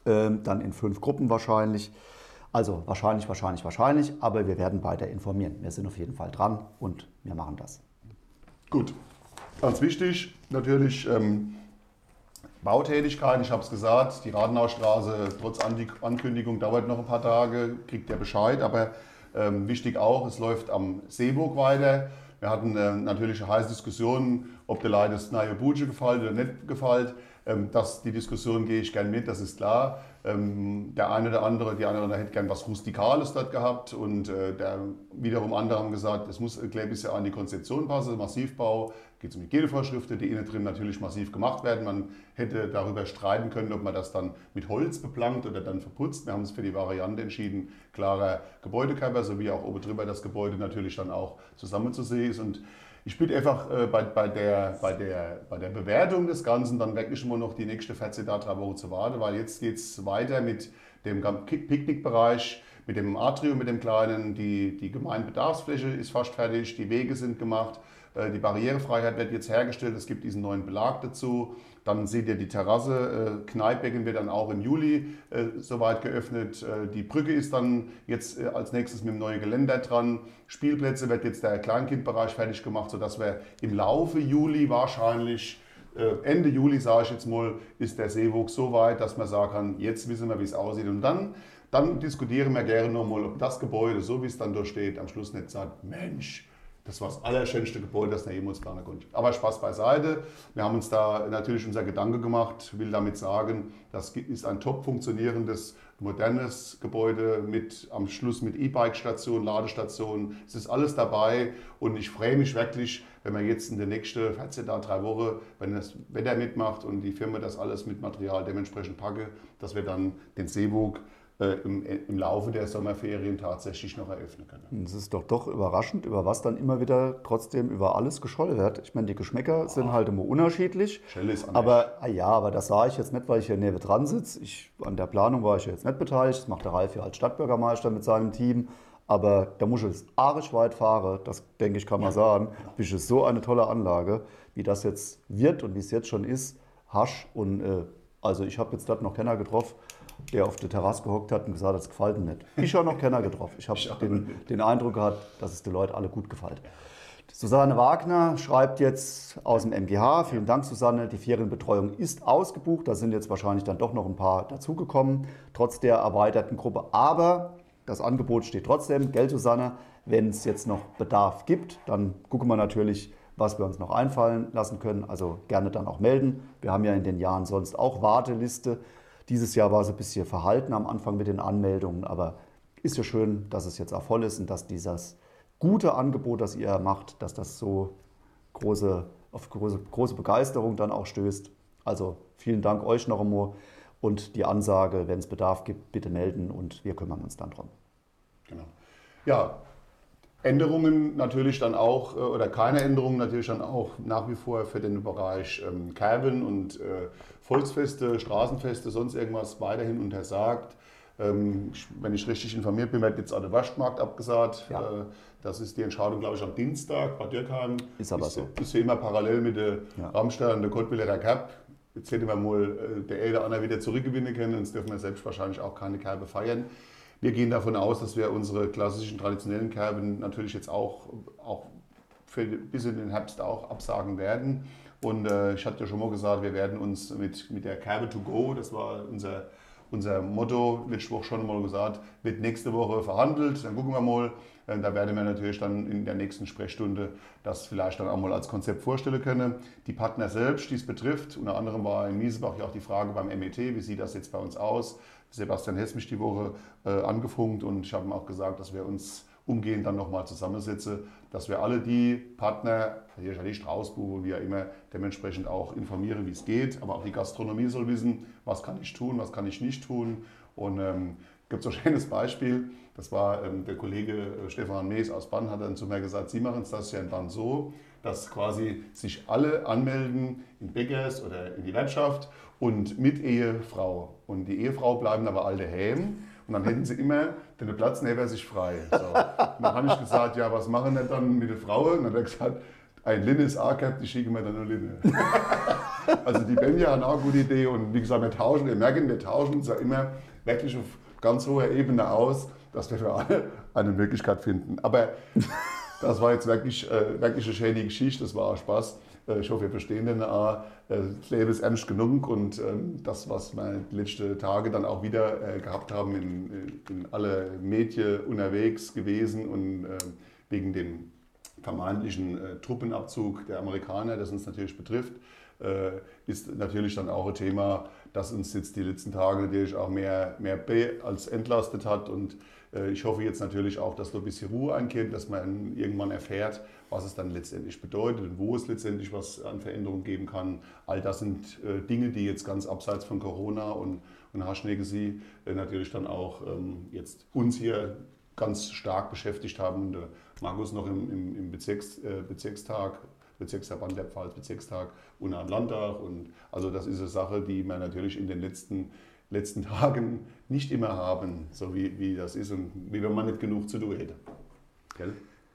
ähm, dann in fünf Gruppen wahrscheinlich. Also wahrscheinlich, wahrscheinlich, wahrscheinlich, aber wir werden weiter informieren. Wir sind auf jeden Fall dran und wir machen das. Gut, ganz wichtig natürlich ähm, Bautätigkeit, ich habe es gesagt, die Radenaustraße trotz Ankündigung dauert noch ein paar Tage, kriegt ihr Bescheid, aber ähm, wichtig auch, es läuft am Seeburg weiter. Wir hatten äh, natürlich eine heiße Diskussion, ob der Leute das neue Budget gefällt oder nicht gefällt. Ähm, das, die Diskussion gehe ich gern mit, das ist klar. Ähm, der eine oder andere, die eine oder andere hätte gern was Rustikales dort gehabt und äh, der wiederum andere haben gesagt, es muss ein bisschen an die Konzeption passen, Massivbau, geht es um Hygienevorschriften, die innen drin natürlich massiv gemacht werden. Man hätte darüber streiten können, ob man das dann mit Holz beplankt oder dann verputzt. Wir haben uns für die Variante entschieden, klarer Gebäudekörper, sowie auch oben drüber das Gebäude natürlich dann auch zusammenzusehen ist. Und ich bitte einfach äh, bei, bei, der, bei, der, bei der Bewertung des Ganzen dann wirklich immer noch die nächste vierzehn Tage, drei Wochen zu warten, weil jetzt geht es weiter mit dem Picknickbereich, mit dem Atrium, mit dem kleinen. Die, die Gemeinbedarfsfläche ist fast fertig, die Wege sind gemacht, äh, die Barrierefreiheit wird jetzt hergestellt, es gibt diesen neuen Belag dazu. Dann seht ihr die Terrasse, äh, Kneippbecken wird dann auch im Juli äh, soweit geöffnet. Äh, die Brücke ist dann jetzt äh, als nächstes mit dem neuen Geländer dran. Spielplätze wird jetzt der Kleinkindbereich fertig gemacht, sodass wir im Laufe Juli wahrscheinlich, äh, Ende Juli sage ich jetzt mal, ist der Seewog so weit, dass man sagen kann, jetzt wissen wir, wie es aussieht. Und dann, dann diskutieren wir gerne nochmal, ob das Gebäude, so wie es dann da steht, am Schluss nicht sagt, Mensch, das war das allerschönste Gebäude, das man jemals planen konnte. Aber Spaß beiseite. Wir haben uns da natürlich unser Gedanke gemacht, will damit sagen, das ist ein top funktionierendes, modernes Gebäude mit am Schluss mit E-Bike-Station, Ladestation. Es ist alles dabei und ich freue mich wirklich, wenn wir jetzt in den nächsten vierzehn Tagen, drei Wochen, wenn das Wetter mitmacht und die Firma das alles mit Material dementsprechend packe, dass wir dann den Seewog Im, im Laufe der Sommerferien tatsächlich noch eröffnen können. Es ist doch doch überraschend, über was dann immer wieder trotzdem über alles gescholl wird. Ich meine, die Geschmäcker oh. sind halt immer unterschiedlich. Schelle ist anders. Aber ah ja, aber das sah ich jetzt nicht, weil ich hier neben dran sitze. Ich, an der Planung war ich jetzt nicht beteiligt. Das macht der Ralf ja als Stadtbürgermeister mit seinem Team. Aber da muss ich jetzt arisch weit fahren, das denke ich, kann man ja sagen. Das ist so eine tolle Anlage, wie das jetzt wird und wie es jetzt schon ist. Hasch und äh, also ich habe jetzt dort noch keiner getroffen, der auf der Terrasse gehockt hat und gesagt hat, das gefällt ihm nicht. Ich habe noch keiner getroffen. Ich habe den, den Eindruck gehabt, dass es den Leuten alle gut gefällt. Susanne Wagner schreibt jetzt aus dem M G H, vielen Dank Susanne, die Ferienbetreuung ist ausgebucht, da sind jetzt wahrscheinlich dann doch noch ein paar dazugekommen, trotz der erweiterten Gruppe. Aber das Angebot steht trotzdem, gell Susanne, wenn es jetzt noch Bedarf gibt, dann gucken wir natürlich, was wir uns noch einfallen lassen können. Also gerne dann auch melden. Wir haben ja in den Jahren sonst auch Warteliste. Dieses Jahr war es ein bisschen verhalten am Anfang mit den Anmeldungen, aber ist ja schön, dass es jetzt auch voll ist und dass dieses gute Angebot, das ihr macht, dass das so große, auf große, große Begeisterung dann auch stößt. Also vielen Dank euch noch einmal und die Ansage, wenn es Bedarf gibt, bitte melden und wir kümmern uns dann drum. Genau. Ja, Änderungen natürlich dann auch, oder keine Änderungen natürlich dann auch nach wie vor für den Bereich ähm, Kerben und äh, Volksfeste, Straßenfeste, sonst irgendwas weiterhin untersagt. Ähm, wenn ich richtig informiert bin, wird jetzt auch der Waschmarkt abgesagt. Ja. Äh, das ist die Entscheidung, glaube ich, am Dienstag bei Dürkheim. Ist aber ist, so. Ist ja immer parallel mit der Ja. Rammstein und der Kottwiller Kerb. Jetzt hätten wir mal äh, der eine oder andere wieder zurückgewinnen können, sonst dürfen wir selbst wahrscheinlich auch keine Kerbe feiern. Wir gehen davon aus, dass wir unsere klassischen traditionellen Kerben natürlich jetzt auch, auch für, bis in den Herbst auch absagen werden. Und äh, ich hatte ja schon mal gesagt, wir werden uns mit, mit der Kerbe to go, das war unser, unser Motto, letzte Woche schon mal gesagt, wird nächste Woche verhandelt. Dann gucken wir mal. Äh, da werden wir natürlich dann in der nächsten Sprechstunde das vielleicht dann auch mal als Konzept vorstellen können. Die Partner selbst, die es betrifft, unter anderem war in Miesebach ja auch die Frage beim M E T, wie sieht das jetzt bei uns aus? Sebastian Hess mich die Woche äh, angefunkt und ich habe ihm auch gesagt, dass wir uns umgehend dann nochmal zusammensetzen, dass wir alle die Partner, hier ist ja die Straußbuche, wie ja immer, dementsprechend auch informieren, wie es geht. Aber auch die Gastronomie soll wissen, was kann ich tun, was kann ich nicht tun. Und ähm, gibt so ein schönes Beispiel, das war ähm, der Kollege äh, Stefan Mees aus Bann, hat dann zu mir gesagt, Sie machen es das ja in Bann so, dass quasi sich alle anmelden in Bäckers oder in die Wirtschaft und mit Ehefrau. Und die Ehefrau bleiben aber alle daheim und dann hätten sie immer den Platz neben sich frei. So. Und dann habe ich gesagt, ja, was machen wir dann mit den Frauen? Und dann hat er gesagt, ein Linne ist auch gehabt, die schicken mir dann nur Linne. Also die Benja haben auch eine gute Idee und wie gesagt, wir tauschen, wir merken, wir tauschen uns ja immer wirklich auf ganz hoher Ebene aus, dass wir für alle eine Möglichkeit finden. Aber das war jetzt wirklich, äh, wirklich eine schöne Geschichte, das war auch Spaß. Äh, ich hoffe, wir verstehen den auch. Äh, das Leben ist ernst genug und ähm, das, was wir die letzten Tage dann auch wieder äh, gehabt haben, in, in alle Medien unterwegs gewesen und äh, wegen dem vermeintlichen äh, Truppenabzug der Amerikaner, das uns natürlich betrifft, äh, ist natürlich dann auch ein Thema, das uns jetzt die letzten Tage natürlich auch mehr, mehr be- als entlastet hat. Und äh, ich hoffe jetzt natürlich auch, dass da ein bisschen Ruhe einkehrt, dass man irgendwann erfährt, was es dann letztendlich bedeutet und wo es letztendlich was an Veränderungen geben kann. All das sind äh, Dinge, die jetzt ganz abseits von Corona und, und Haschnegesee äh, natürlich dann auch ähm, jetzt uns hier ganz stark beschäftigt haben. Der Markus noch im, im, im Bezirks, äh, Bezirkstag, Bezirksverband der Pfalz, Bezirkstag und am Landtag. Und also das ist eine Sache, die wir natürlich in den letzten, letzten Tagen nicht immer haben, so wie, wie das ist und wie wenn man nicht genug zu tun hätte. Gell?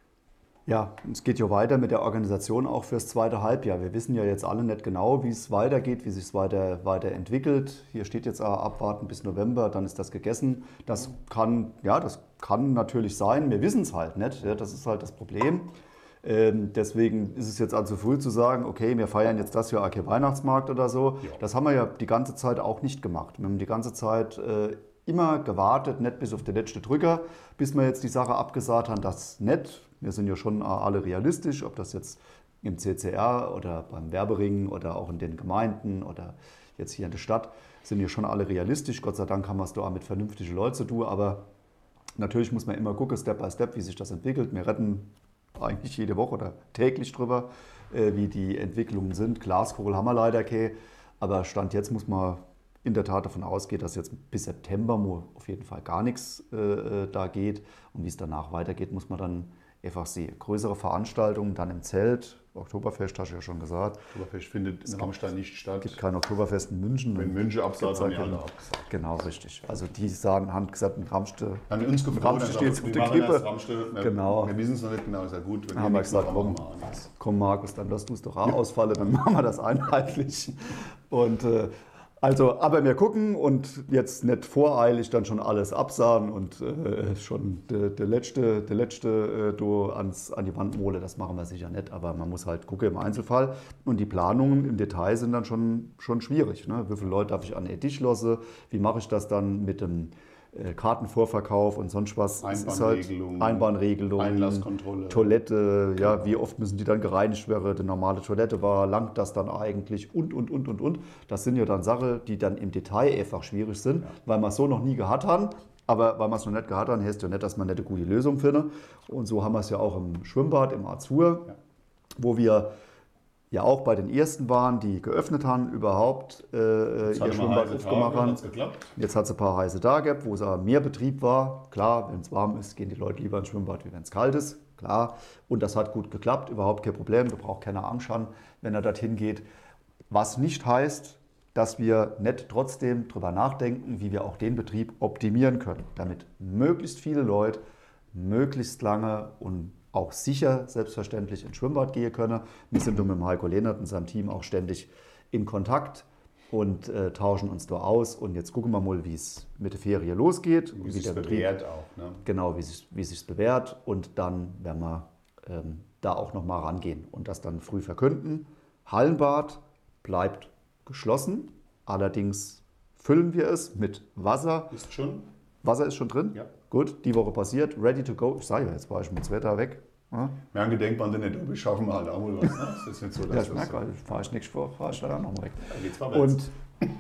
Ja, es geht ja weiter mit der Organisation auch fürs zweite Halbjahr. Wir wissen ja jetzt alle nicht genau, wie es weitergeht, wie sich es weiter, weiterentwickelt. Hier steht jetzt auch abwarten bis November, dann ist das gegessen. Das kann, ja, das kann natürlich sein. Wir wissen es halt nicht. Ja, das ist halt das Problem. Ähm, deswegen ist es jetzt also früh zu sagen, okay, wir feiern jetzt das Jahr auch kein Weihnachtsmarkt oder so. Ja. Das haben wir ja die ganze Zeit auch nicht gemacht. Wir haben die ganze Zeit äh, immer gewartet, nicht bis auf den letzten Drücker, bis wir jetzt die Sache abgesagt haben, das nicht. Wir sind ja schon alle realistisch, ob das jetzt im C C R oder beim Werbering oder auch in den Gemeinden oder jetzt hier in der Stadt, sind ja schon alle realistisch. Gott sei Dank haben wir es da auch mit vernünftigen Leuten zu tun, aber natürlich muss man immer gucken, Step by Step, wie sich das entwickelt. Wir retten eigentlich jede Woche oder täglich drüber, wie die Entwicklungen sind. Glaskugel haben wir leider keine, aber Stand jetzt muss man in der Tat davon ausgehen, dass jetzt bis September auf jeden Fall gar nichts äh, da geht. Und wie es danach weitergeht, muss man dann einfach sehen. Größere Veranstaltungen dann im Zelt. Oktoberfest, hast du ja schon gesagt. Oktoberfest findet in Rammstein nicht statt. Es gibt kein Oktoberfest in München. Wenn München absagt, haben die alle abgesagt. Genau, richtig. Also die sagen, haben gesagt, in Ramstein. An uns gefragt, steht es auf der Kippe. Genau. Wir wissen es noch nicht genau, ist ja gut. Wenn haben wir gesagt, komm, komm Markus, dann lass du es doch auch ausfallen, dann machen wir das einheitlich. Und äh, also, aber wir gucken und jetzt nicht voreilig dann schon alles absagen und äh, schon der de letzte, de letzte äh, do ans, an die Wand mole, das machen wir sicher nicht, aber man muss halt gucken im Einzelfall. Und die Planungen im Detail sind dann schon, schon schwierig. Ne? Wie viele Leute darf ich an den Tisch lassen? Wie mache ich das dann mit dem äh, Kartenvorverkauf und sonst was? Einbahnregelung, halt Einbahnregelung, Einlasskontrolle, Toilette, ja, wie oft müssen die dann gereinigt werden? Die normale Toilette war, langt das dann eigentlich und, und, und, und, und. Das sind ja dann Sachen, die dann im Detail einfach schwierig sind, ja. Weil wir es so noch nie gehabt haben. Aber weil wir es noch nicht gehabt haben, heißt ja nicht, dass man nicht eine gute Lösung findet. Und so haben wir es ja auch im Schwimmbad, im Azur, ja. Wo wir ja auch bei den ersten waren, die geöffnet haben, überhaupt äh, ihr Schwimmbad aufgemacht haben. Jetzt hat es ein paar heiße Tage gehabt, wo es aber mehr Betrieb war. Klar, wenn es warm ist, gehen die Leute lieber ins Schwimmbad, wie wenn es kalt ist. Klar. Und das hat gut geklappt, überhaupt kein Problem. Da braucht keiner Angst haben, wenn er dorthin geht. Was nicht heißt, dass wir nicht trotzdem darüber nachdenken, wie wir auch den Betrieb optimieren können, damit möglichst viele Leute möglichst lange und auch sicher, selbstverständlich, ins Schwimmbad gehen können. Wir sind mit dem Heiko Lehnert und seinem Team auch ständig in Kontakt und äh, tauschen uns da aus. Und jetzt gucken wir mal, wie es mit der Ferie losgeht. Wie, wie sich es bewährt auch. Ne? Genau, wie sich wie es bewährt. Und dann werden wir ähm, da auch nochmal rangehen und das dann früh verkünden. Hallenbad bleibt geschlossen. Allerdings füllen wir es mit Wasser. Ist schon? Wasser ist schon drin? Ja. Gut, die Woche passiert, ready to go. Ich sage ja, jetzt war ich mit dem Wetter weg. Ja? Wir haben gedenkt, man nicht, aber schaffen wir halt auch mal was. Ne? Das ist nicht so, dass ja, ich merke, so. Fahre ich nichts vor, fahre ich dann auch noch weg. Ja, geht's und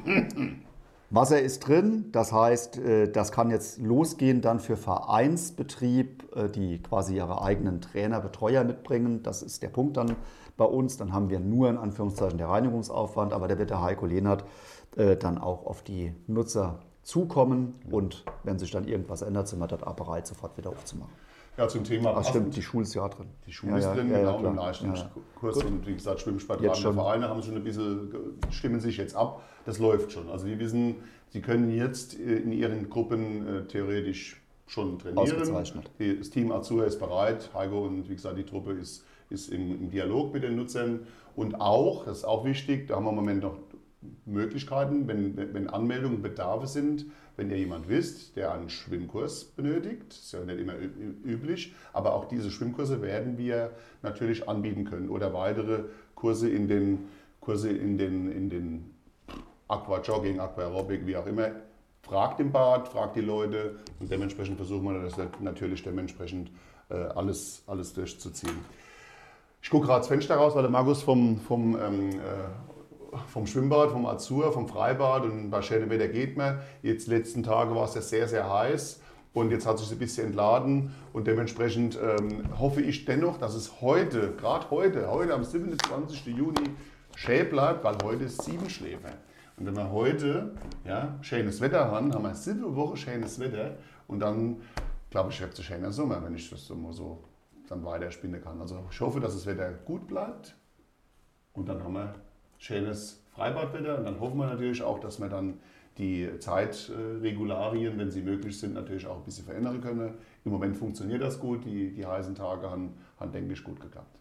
Wasser ist drin, das heißt, das kann jetzt losgehen dann für Vereinsbetrieb, die quasi ihre eigenen Trainer, Betreuer mitbringen. Das ist der Punkt dann bei uns. Dann haben wir nur in Anführungszeichen der Reinigungsaufwand, aber da wird der Heiko Lehnert dann auch auf die Nutzer zukommen und wenn sich dann irgendwas ändert, sind wir dort auch bereit, sofort wieder aufzumachen. Ja, zum Thema Ach, stimmt, die Schule ist ja drin. Die Schule ja, ist ja, drin, ja, genau, ja, mit dem Leistungskurs ja. Und wie gesagt, schwimmsportliche Vereine haben schon ein bisschen, stimmen sich jetzt ab. Das läuft schon. Also die wissen, sie können jetzt in ihren Gruppen äh, theoretisch schon trainieren. Ausgezeichnet. Das Team Azur ist bereit, Heiko und wie gesagt, die Truppe ist, ist im, im Dialog mit den Nutzern und auch, das ist auch wichtig, da haben wir im Moment noch Möglichkeiten, wenn, wenn Anmeldungen, Bedarfe sind, wenn ihr jemand wisst, der einen Schwimmkurs benötigt, ist ja nicht immer üblich, aber auch diese Schwimmkurse werden wir natürlich anbieten können oder weitere Kurse in den, Kurse in den, in den Aquajogging, Aquaerobic, wie auch immer. Fragt im Bad, fragt die Leute und dementsprechend versuchen wir das natürlich dementsprechend äh, alles, alles durchzuziehen. Ich gucke gerade das Fenster raus, weil der Markus vom, vom ähm, äh, vom Schwimmbad, vom Azur, vom Freibad und bei schönem Wetter geht man. Jetzt letzten Tage war es ja sehr, sehr heiß und jetzt hat sich ein bisschen entladen und dementsprechend ähm, hoffe ich dennoch, dass es heute, gerade heute, heute am siebenundzwanzigsten Juni schön bleibt, weil heute ist Siebenschläfer. Und wenn wir heute ja, schönes Wetter haben, haben wir sieben Wochen schönes Wetter und dann, glaube ich, wird es ein schöner Sommer, wenn ich das so mal so dann weiterspinnen kann. Also ich hoffe, dass das Wetter gut bleibt und dann haben wir schönes Freibadwetter und dann hoffen wir natürlich auch, dass wir dann die Zeitregularien, wenn sie möglich sind, natürlich auch ein bisschen verändern können. Im Moment funktioniert das gut, die, die heißen Tage haben, haben, denke ich, gut geklappt.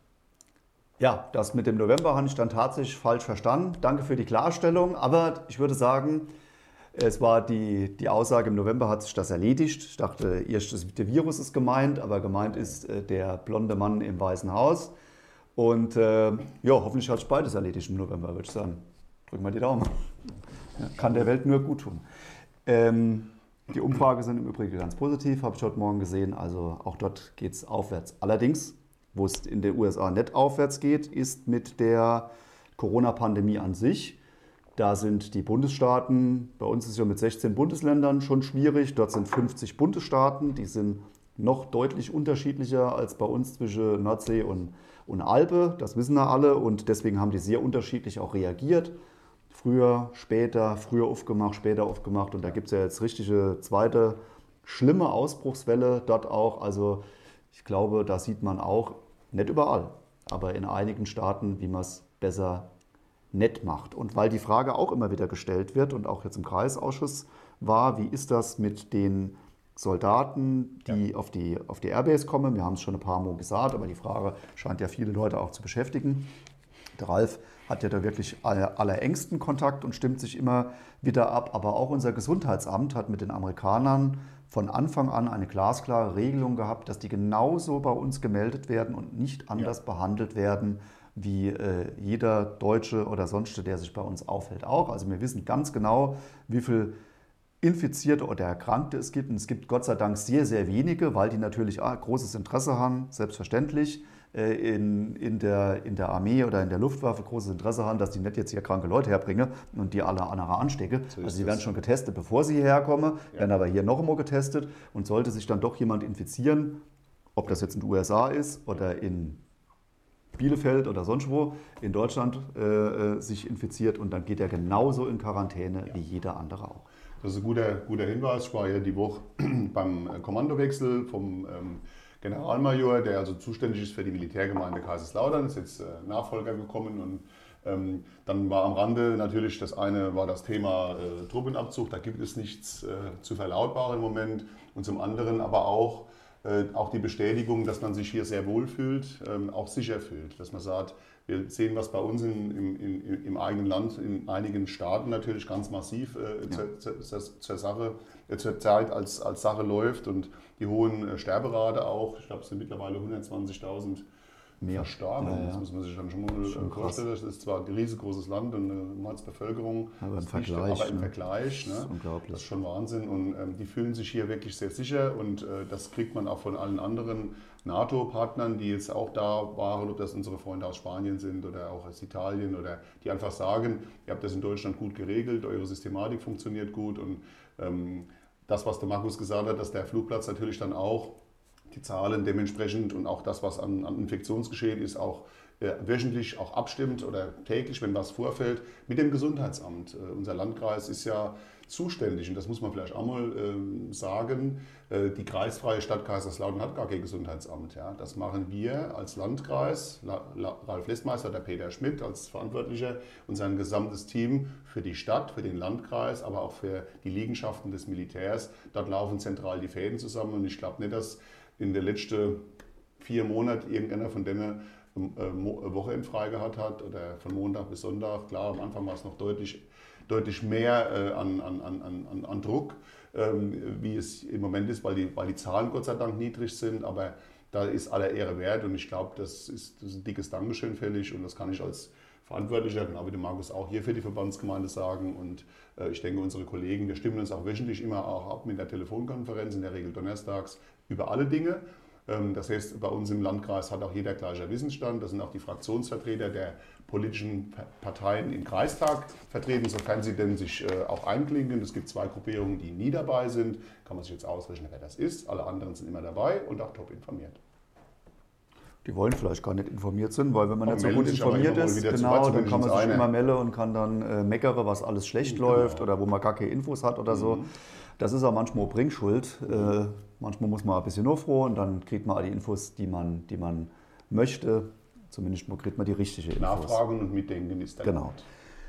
Ja, das mit dem November habe ich dann tatsächlich falsch verstanden. Danke für die Klarstellung, aber ich würde sagen, es war die, die Aussage, im November hat sich das erledigt. Ich dachte erst, der Virus ist gemeint, aber gemeint ist äh, der blonde Mann im Weißen Haus. Und äh, ja, hoffentlich hat sich beides erledigt im November, würde ich sagen. Drücken wir die Daumen. Ja, kann der Welt nur gut tun. Ähm, die Umfragen sind im Übrigen ganz positiv, habe ich heute Morgen gesehen. Also auch dort geht es aufwärts. Allerdings, wo es in den U S A nicht aufwärts geht, ist mit der Corona-Pandemie an sich. Da sind die Bundesstaaten, bei uns ist es ja mit sechzehn Bundesländern schon schwierig. Dort sind fünfzig Bundesstaaten, die sind noch deutlich unterschiedlicher als bei uns zwischen Nordsee und und Alpe, das wissen wir alle und deswegen haben die sehr unterschiedlich auch reagiert. Früher, später, früher aufgemacht, später aufgemacht und da gibt es ja jetzt richtige zweite schlimme Ausbruchswelle dort auch. Also ich glaube, da sieht man auch, nicht überall, aber in einigen Staaten, wie man es besser nett macht. Und weil die Frage auch immer wieder gestellt wird und auch jetzt im Kreisausschuss war, wie ist das mit den Soldaten, die, ja. auf die auf die Airbase kommen. Wir haben es schon ein paar Mal gesagt, aber die Frage scheint ja viele Leute auch zu beschäftigen. Der Ralf hat ja da wirklich aller, allerengsten Kontakt und stimmt sich immer wieder ab. Aber auch unser Gesundheitsamt hat mit den Amerikanern von Anfang an eine glasklare Regelung gehabt, dass die genauso bei uns gemeldet werden und nicht anders ja. behandelt werden wie äh, jeder Deutsche oder Sonstige, der sich bei uns aufhält auch. Also wir wissen ganz genau, wie viel Infizierte oder Erkrankte es gibt. Und es gibt Gott sei Dank sehr, sehr wenige, weil die natürlich ah, großes Interesse haben, selbstverständlich, äh, in, in, der, in der Armee oder in der Luftwaffe großes Interesse haben, dass die nicht jetzt hier kranke Leute herbringen und die alle andere anstecken. So also die werden schon getestet, bevor sie hierher kommen, ja. werden aber hier noch einmal getestet. Und sollte sich dann doch jemand infizieren, ob das jetzt in den U S A ist oder in Bielefeld oder sonst wo in Deutschland äh, sich infiziert und dann geht er genauso in Quarantäne ja. wie jeder andere auch. Das ist ein guter, guter Hinweis. Ich war ja die Woche beim Kommandowechsel vom ähm, Generalmajor, der also zuständig ist für die Militärgemeinde Kaiserslautern, ist jetzt äh, Nachfolger gekommen und ähm, dann war am Rande natürlich das eine war das Thema äh, Truppenabzug, da gibt es nichts äh, zu verlautbaren im Moment und zum anderen aber auch Äh, auch die Bestätigung, dass man sich hier sehr wohl fühlt, ähm, auch sicher fühlt. Dass man sagt, wir sehen, was bei uns in, in, in, im eigenen Land, in einigen Staaten natürlich ganz massiv äh, ja. zur, zur, zur, Sache, äh, zur Zeit als, als Sache läuft und die hohen äh, Sterberate auch. Ich glaube, es sind mittlerweile hundertzwanzigtausend mehr verstorben. Ja, ja. Das muss man sich dann schon mal schon vorstellen. Das ist zwar ein riesengroßes Land und eine Mordsbevölkerung, aber im Vergleich, nicht, aber im ne? Vergleich ne? Das ist unglaublich. Das ist schon Wahnsinn und ähm, die fühlen sich hier wirklich sehr sicher und äh, das kriegt man auch von allen anderen NATO-Partnern, die jetzt auch da waren, ob das unsere Freunde aus Spanien sind oder auch aus Italien oder die einfach sagen, ihr habt das in Deutschland gut geregelt, eure Systematik funktioniert gut und ähm, das, was der Markus gesagt hat, dass der Flugplatz natürlich dann auch die Zahlen dementsprechend und auch das, was an, an Infektionsgeschehen ist, auch äh, wöchentlich auch abstimmt oder täglich, wenn was vorfällt, mit dem Gesundheitsamt. Äh, unser Landkreis ist ja zuständig und das muss man vielleicht auch mal äh, sagen. Äh, die kreisfreie Stadt Kaiserslautern hat gar kein Gesundheitsamt. Ja. Das machen wir als Landkreis, La, La, Ralf Lestmeister, der Peter Schmidt als Verantwortlicher und sein gesamtes Team für die Stadt, für den Landkreis, aber auch für die Liegenschaften des Militärs. Dort laufen zentral die Fäden zusammen und ich glaube nicht, dass in den letzten vier Monaten irgendeiner von denen äh, Wochenendfrei gehabt hat oder von Montag bis Sonntag. Klar, am Anfang war es noch deutlich, deutlich mehr äh, an, an, an, an, an Druck, ähm, wie es im Moment ist, weil die, weil die Zahlen Gott sei Dank niedrig sind. Aber da ist aller Ehre wert und ich glaube, das ist, das ist ein dickes Dankeschön fällig und das kann ich als Verantwortlicher, genau wie der Markus auch hier für die Verbandsgemeinde sagen. Und äh, ich denke, unsere Kollegen, wir stimmen uns auch wöchentlich immer auch ab mit der Telefonkonferenz, in der Regel donnerstags, über alle Dinge. Ähm, das heißt, bei uns im Landkreis hat auch jeder gleicher Wissensstand. Das sind auch die Fraktionsvertreter der politischen Parteien im Kreistag vertreten, sofern sie denn sich äh, auch einklinken. Es gibt zwei Gruppierungen, die nie dabei sind. Kann man sich jetzt ausrechnen, wer das ist. Alle anderen sind immer dabei und auch top informiert. Die wollen vielleicht gar nicht informiert sind, weil wenn man Aber nicht so gut melden sich aber informiert immer mal ist, wieder zu genau, Wort, dann zumindest kann man sich einer. immer melden und kann dann äh, meckere, was alles schlecht Genau. läuft oder wo man gar keine Infos hat oder so. Das ist auch manchmal Bringschuld. Äh, manchmal muss man ein bisschen aufruhen und dann kriegt man all die Infos, die man, die man möchte. Zumindest kriegt man die richtige Infos. Nachfragen und mitdenken ist der Genau. Grund.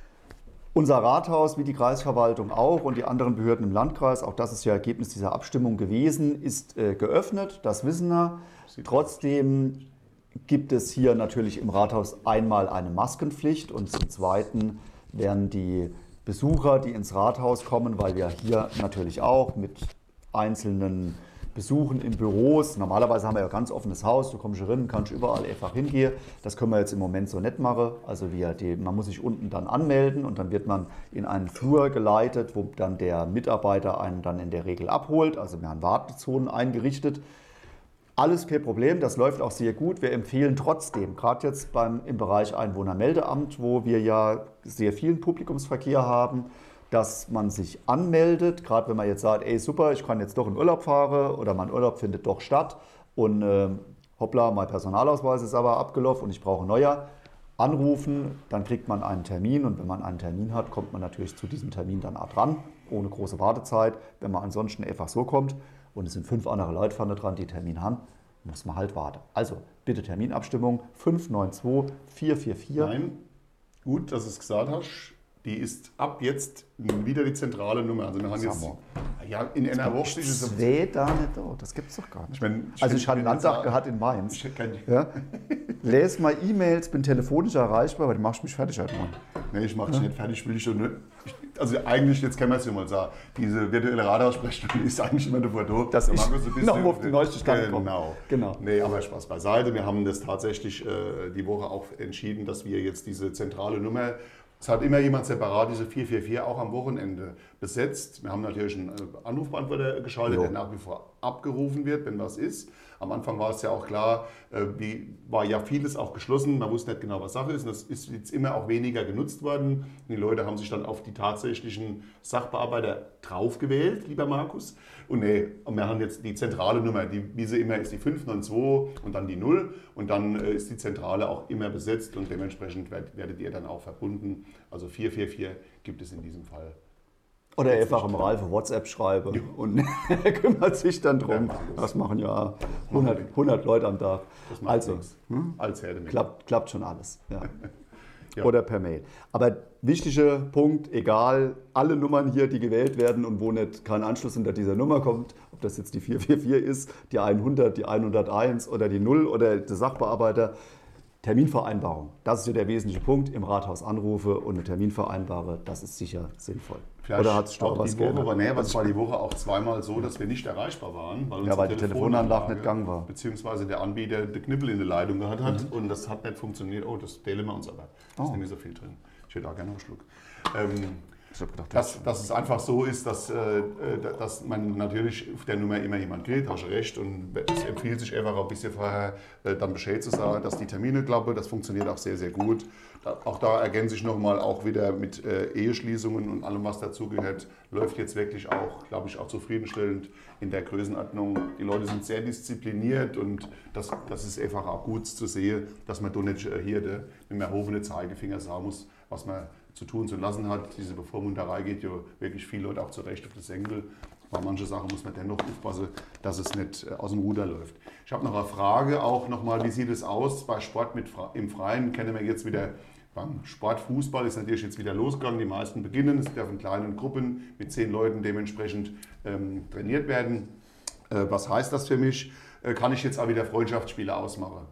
Unser Rathaus, wie die Kreisverwaltung auch und die anderen Behörden im Landkreis, auch das ist ja Ergebnis dieser Abstimmung gewesen, ist äh, geöffnet, das wissen wir. Trotzdem gibt es hier natürlich im Rathaus einmal eine Maskenpflicht und zum Zweiten werden die Besucher, die ins Rathaus kommen, weil wir hier natürlich auch mit einzelnen Besuchen in Büros, normalerweise haben wir ja ein ganz offenes Haus, du kommst hier rein, kannst überall einfach hingehen. Das können wir jetzt im Moment so nicht machen. Also wir, die, man muss sich unten dann anmelden und dann wird man in einen Flur geleitet, wo dann der Mitarbeiter einen dann in der Regel abholt. Also wir haben Wartezonen eingerichtet. Alles kein Problem, das läuft auch sehr gut. Wir empfehlen trotzdem, gerade jetzt beim, im Bereich Einwohnermeldeamt, wo wir ja sehr vielen Publikumsverkehr haben, dass man sich anmeldet, gerade wenn man jetzt sagt, ey super, ich kann jetzt doch in Urlaub fahren oder mein Urlaub findet doch statt und äh, hoppla, mein Personalausweis ist aber abgelaufen und ich brauche neuer. Anrufen, dann kriegt man einen Termin und wenn man einen Termin hat, kommt man natürlich zu diesem Termin dann auch dran, ohne große Wartezeit. Wenn man ansonsten einfach so kommt und es sind fünf andere Leute vorne dran, die Termin haben, muss man halt warten. Also bitte Terminabstimmung fünf neun zwei vier vier vier. Nein, gut, dass du es gesagt hast. Die ist ab jetzt wieder die zentrale Nummer. Also wir haben jetzt, ja, in einer Woche ist es zwei da nicht da, das gibt es doch gar nicht. Ich mein, also ich ich habe einen bin Landtag jetzt- gehabt in Mainz. Ich kenn die. Ja. Lese mal E-Mails, bin telefonisch erreichbar, aber du machst mich fertig halt mal. Nee, ich mache dich nicht fertig, will ich schon nicht. Ich- Also eigentlich, jetzt kann man es ja mal sagen, diese virtuelle Radarsprechstunde ist eigentlich immer davor da. Dass Der ich Markus ein bisschen- noch auf den neuesten Stand komme. Genau. Genau. Nee, aber Spaß beiseite. Wir haben das tatsächlich äh, die Woche auch entschieden, dass wir jetzt diese zentrale Nummer, es hat immer jemand separat diese vier vier vier auch am Wochenende besetzt. Wir haben natürlich einen äh, Anrufbeantworter geschaltet, Jo. der nach wie vor abgerufen wird, wenn was ist. Am Anfang war es ja auch klar, äh, wie, war ja vieles auch geschlossen, man wusste nicht genau, was Sache ist. Und das ist jetzt immer auch weniger genutzt worden. Und die Leute haben sich dann auf die tatsächlichen Sachbearbeiter draufgewählt, lieber Markus. Und nee, und wir haben jetzt die zentrale Nummer, die, wie sie immer ist, die fünf neun zwei und dann die null. Und dann äh, ist die Zentrale auch immer besetzt und dementsprechend werdet, werdet ihr dann auch verbunden. Also vier vier vier gibt es in diesem Fall. Oder einfach im Ralf eine WhatsApp schreibe und er kümmert sich dann drum. Ja, Markus. Das machen ja hundert, hundert Leute am Tag. Das macht Also, nichts. Als Herde mit. klappt, klappt schon alles. Ja. Ja. Oder per Mail. Aber wichtiger Punkt, egal, alle Nummern hier, die gewählt werden und wo nicht kein Anschluss hinter dieser Nummer kommt, ob das jetzt die vier vier vier ist, die hundert, die hunderteins oder die null oder der Sachbearbeiter, Terminvereinbarung. Das ist ja der wesentliche Punkt. Im Rathaus anrufe und eine Terminvereinbare, das ist sicher sinnvoll. Vielleicht Oder hat es auch doch was die Woche, geändert? aber nee, was war die Woche auch zweimal so, dass wir nicht erreichbar waren. Weil, Ja, unsere weil die Telefonanlage nicht gegangen war. Beziehungsweise der Anbieter den Knüppel in der Leitung gehabt hat und das hat nicht funktioniert. Oh, das teilen wir uns aber. Da ist Oh. nämlich so viel drin. Ich hätte auch gerne noch einen Schluck. Ähm, Ich hab gedacht, dass, dass es einfach so ist, dass, äh, dass man natürlich auf der Nummer immer jemand kriegt, hast du recht. Und es empfiehlt sich einfach auch ein bisschen vorher äh, dann Bescheid zu sagen, dass die Termine klappen. Das funktioniert auch sehr, sehr gut. Da, auch da ergänze ich nochmal auch wieder mit äh, Eheschließungen und allem, was dazugehört, läuft jetzt wirklich auch, glaube ich, auch zufriedenstellend in der Größenordnung. Die Leute sind sehr diszipliniert und das, das ist einfach auch gut zu sehen, dass man da nicht äh, hier de, mit dem erhobenen Zeigefinger sagen muss, was man zu tun, zu lassen hat. Diese Bevormunderei geht ja wirklich viele Leute auch zurecht auf das Senkel. Bei manchen Sachen muss man dennoch aufpassen, dass es nicht äh, aus dem Ruder läuft. Ich habe noch eine Frage auch nochmal, wie sieht es aus bei Sport mit, im Freien? Kennen wir jetzt wieder beim Sport, Fußball ist natürlich jetzt wieder losgegangen. Die meisten beginnen, es darf in kleinen Gruppen mit zehn Leuten dementsprechend ähm, trainiert werden. Äh, was heißt das für mich? Äh, kann ich jetzt auch wieder Freundschaftsspiele ausmachen?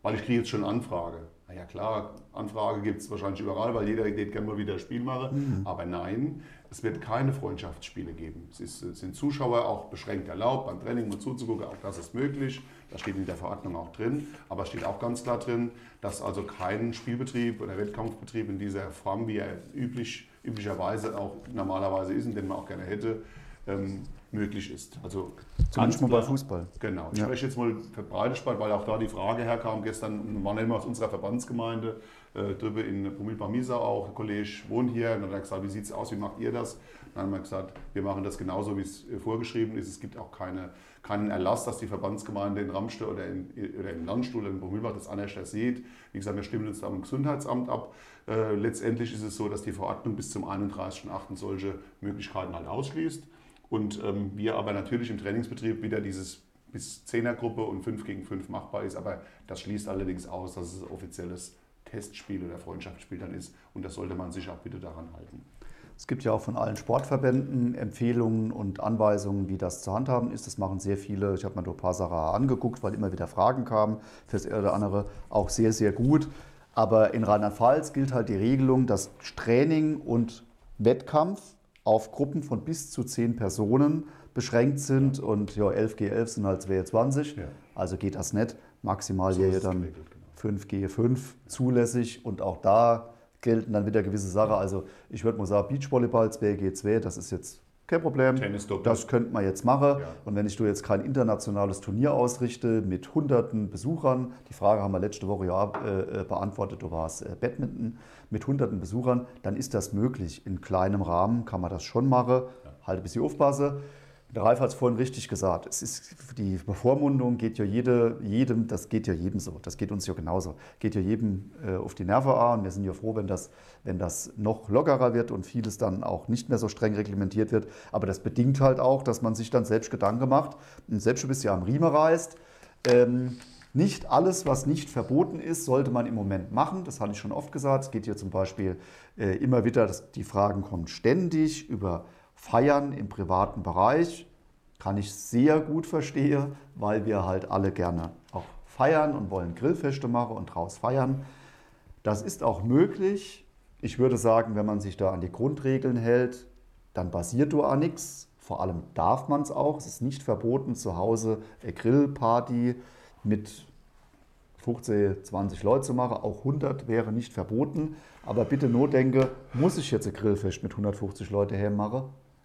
Weil ich kriege jetzt schon Anfrage. Na ja klar, Anfrage gibt es wahrscheinlich überall, weil jeder geht gerne mal wieder ein Spiel machen. Mhm. Aber nein, es wird keine Freundschaftsspiele geben. Es, ist, es sind Zuschauer auch beschränkt erlaubt, beim Training mal zuzugucken, auch das ist möglich. Das steht in der Verordnung auch drin. Aber es steht auch ganz klar drin, dass also kein Spielbetrieb oder Wettkampfbetrieb in dieser Form, wie er üblich, üblicherweise auch normalerweise ist und den man auch gerne hätte, ähm, möglich ist. Also zumindest mal bei Fußball. Genau. Ich ja. spreche jetzt mal für Breitesport, weil auch da die Frage herkam gestern, waren immer aus unserer Verbandsgemeinde, äh, drüber in Brumil-Bamisa auch, ein Kollege wohnt hier, und dann hat er gesagt, wie sieht es aus, wie macht ihr das? Dann haben wir gesagt, wir machen das genauso, wie es vorgeschrieben ist. Es gibt auch keine, keinen Erlass, dass die Verbandsgemeinde in Ramste oder, in, oder im Landstuhl oder in Brumilbach das anders sieht. Wie gesagt, wir stimmen uns da am Gesundheitsamt ab. Äh, letztendlich ist es so, dass die Verordnung bis zum einunddreißigsten achten solche Möglichkeiten halt ausschließt. Und ähm, wir aber natürlich im Trainingsbetrieb wieder dieses bis Zehnergruppe und fünf gegen fünf machbar ist. Aber das schließt allerdings aus, dass es ein offizielles Testspiel oder Freundschaftsspiel dann ist. Und das sollte man sich auch bitte daran halten. Es gibt ja auch von allen Sportverbänden Empfehlungen und Anweisungen, wie das zu handhaben ist. Das machen sehr viele. Ich habe mir da ein paar Sachen angeguckt, weil immer wieder Fragen kamen. Für das eine oder andere auch sehr, sehr gut. Aber in Rheinland-Pfalz gilt halt die Regelung, dass Training und Wettkampf auf Gruppen von bis zu zehn Personen beschränkt sind und ja, elf gegen elf sind halt zweiundzwanzig, ja. Also geht das nicht. Maximal so wäre dann geregelt, genau. fünf gegen fünf zulässig und auch da gelten dann wieder gewisse Sachen. Also ich würde mal sagen, Beachvolleyball zwei gegen zwei, das ist jetzt kein Problem. Das könnte man jetzt machen. Ja. Und wenn ich du jetzt kein internationales Turnier ausrichte mit hunderten Besuchern, die Frage haben wir letzte Woche ja äh, beantwortet, du warst äh, Badminton, mit hunderten Besuchern, dann ist das möglich. In kleinem Rahmen kann man das schon machen. Ja. Halt ein bisschen aufpassen. Der Ralf hat es vorhin richtig gesagt. Es ist, die Bevormundung geht ja jede, jedem, das geht ja jedem so. Das geht uns ja genauso. Geht ja jedem äh, auf die Nerven an. Wir sind ja froh, wenn das, wenn das noch lockerer wird und vieles dann auch nicht mehr so streng reglementiert wird. Aber das bedingt halt auch, dass man sich dann selbst Gedanken macht und selbst ein bisschen am Riemen reißt. Ähm, nicht alles, was nicht verboten ist, sollte man im Moment machen. Das habe ich schon oft gesagt. Es geht hier zum Beispiel äh, immer wieder, dass die Fragen kommen ständig über Feiern im privaten Bereich. Kann ich sehr gut verstehen, weil wir halt alle gerne auch feiern und wollen Grillfeste machen und draus feiern. Das ist auch möglich. Ich würde sagen, wenn man sich da an die Grundregeln hält, dann basiert du an nichts. Vor allem darf man es auch. Es ist nicht verboten, zu Hause eine Grillparty mit fünfzehn, zwanzig Leute zu machen. Auch hundert wäre nicht verboten. Aber bitte nur denke, muss ich jetzt ein Grillfest mit hundertfünfzig Leuten hermachen?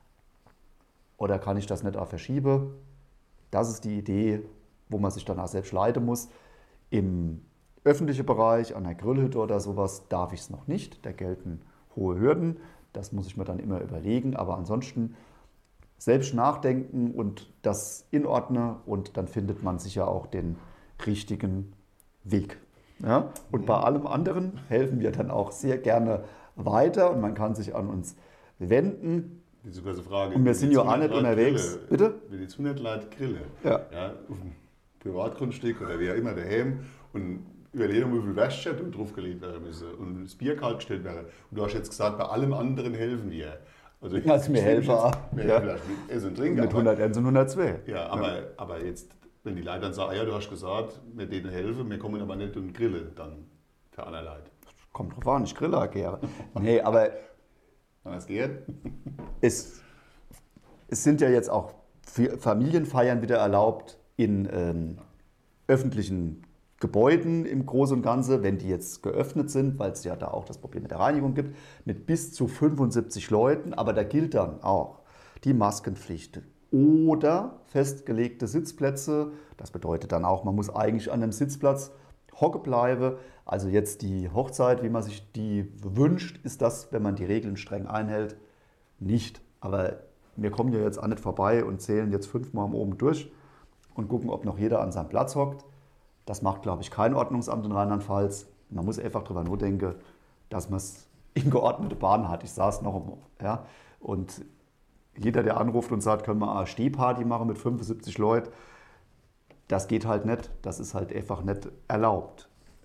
Oder kann ich das nicht auch verschieben? Das ist die Idee, wo man sich danach selbst leiten muss. Im öffentlichen Bereich, an der Grillhütte oder sowas, darf ich es noch nicht. Da gelten hohe Hürden. Das muss ich mir dann immer überlegen. Aber ansonsten selbst nachdenken und das inordnen und dann findet man sicher auch den richtigen Weg. Ja? Und bei allem anderen helfen wir dann auch sehr gerne weiter und man kann sich an uns wenden. Die sogar so Frage. Und wir sind ja auch nicht unterwegs. Grille. Bitte? Wenn jetzt hundert Leute grillen, ja. Ja, auf dem Privatgrundstück oder wie auch immer daheim und überlegen, wie viel Wäsche und draufgelegt werden müssen und das Bier kalt gestellt werden. Und du hast jetzt gesagt, bei allem anderen helfen wir. Also, ich also mir helfen auch. Wir ja. helfen mit Essen und Trinken. Mit hunderteins und hundertzwei. Ja, aber, ja. aber jetzt, wenn die Leute dann sagen, ja, du hast gesagt, wir denen helfen, wir kommen aber nicht und grillen dann für andere Leute. Kommt drauf an, ich grille auch gerne. Nee, aber was geht? Es, es sind ja jetzt auch Familienfeiern wieder erlaubt in ähm, öffentlichen Gebäuden im Großen und Ganzen, wenn die jetzt geöffnet sind, weil es ja da auch das Problem mit der Reinigung gibt, mit bis zu fünfundsiebzig Leuten. Aber da gilt dann auch die Maskenpflicht oder festgelegte Sitzplätze. Das bedeutet dann auch, man muss eigentlich an einem Sitzplatz hocke bleiben. Also jetzt die Hochzeit, wie man sich die wünscht, ist das, wenn man die Regeln streng einhält, nicht. Aber wir kommen ja jetzt auch nicht vorbei und zählen jetzt fünfmal oben durch und gucken, ob noch jeder an seinem Platz hockt. Das macht, glaube ich, kein Ordnungsamt in Rheinland-Pfalz. Man muss einfach darüber nur denken, dass man es in geordnete Bahn hat. Ich sage es noch einmal. Ja? Und jeder, der anruft und sagt, können wir eine Stehparty machen mit fünfundsiebzig Leuten, das geht halt nicht. Das ist halt einfach nicht erlaubt.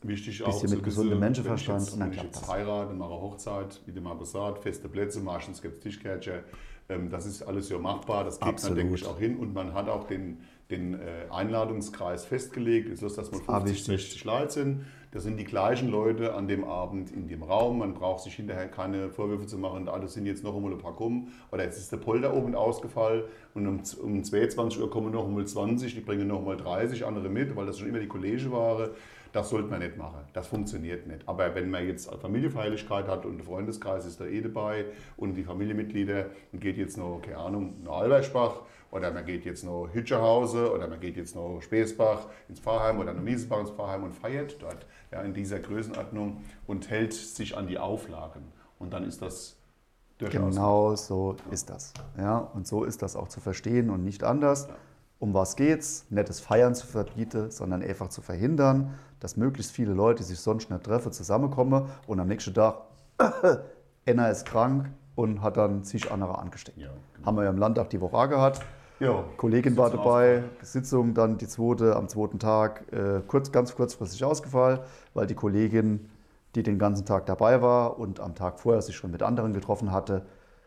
Wichtig auch bisschen zu mit gesundem wissen, Menschenverstand wenn ich jetzt, und dann wenn ich klappt jetzt das. heirate, mache Hochzeit, wie du mal gesagt, feste Plätze, meistens gibt es Tischkärtchen. Ähm, das ist alles ja machbar, das kriegt man, Absolut. denke ich, auch hin. Und man hat auch den, den äh, Einladungskreis festgelegt. Es ist, dass man Ah, fünfzig, wichtig. sechzig Leute sind. Das sind die gleichen Leute an dem Abend in dem Raum. Man braucht sich hinterher keine Vorwürfe zu machen, ah, das sind jetzt noch einmal ein paar kommen. Oder jetzt ist der Polter oben ausgefallen und um, um zweiundzwanzig Uhr kommen noch einmal zwanzig, die bringen noch einmal dreißig andere mit, weil das schon immer die Kollege waren. Das sollte man nicht machen. Das funktioniert nicht. Aber wenn man jetzt eine Familienfeierlichkeit hat und der Freundeskreis ist da eh dabei und die Familienmitglieder und geht jetzt noch, keine Ahnung, nach Albersbach oder man geht jetzt noch Hütscherhause oder man geht jetzt noch Speesbach ins Pfarrheim oder nach Miesbach ins Pfarrheim und feiert dort ja, in dieser Größenordnung und hält sich an die Auflagen. Und dann ist das durchaus. Genau so ist das. Ja, und so ist das auch zu verstehen und nicht anders. Ja. Um was geht's? Nicht das Feiern zu verbieten, sondern einfach zu verhindern, dass möglichst viele Leute, die sich sonst nicht treffen, zusammenkommen und am nächsten Tag, einer ist krank und hat dann zig andere angesteckt. Ja, genau. Haben wir ja im Landtag die Woche auch gehabt. Ja, Kollegin war Sitzung dabei, ausfallen. Sitzung dann die zweite, am zweiten Tag äh, kurz, ganz kurzfristig ausgefallen, weil die Kollegin, die den ganzen Tag dabei war und am Tag vorher sich schon mit anderen getroffen hatte,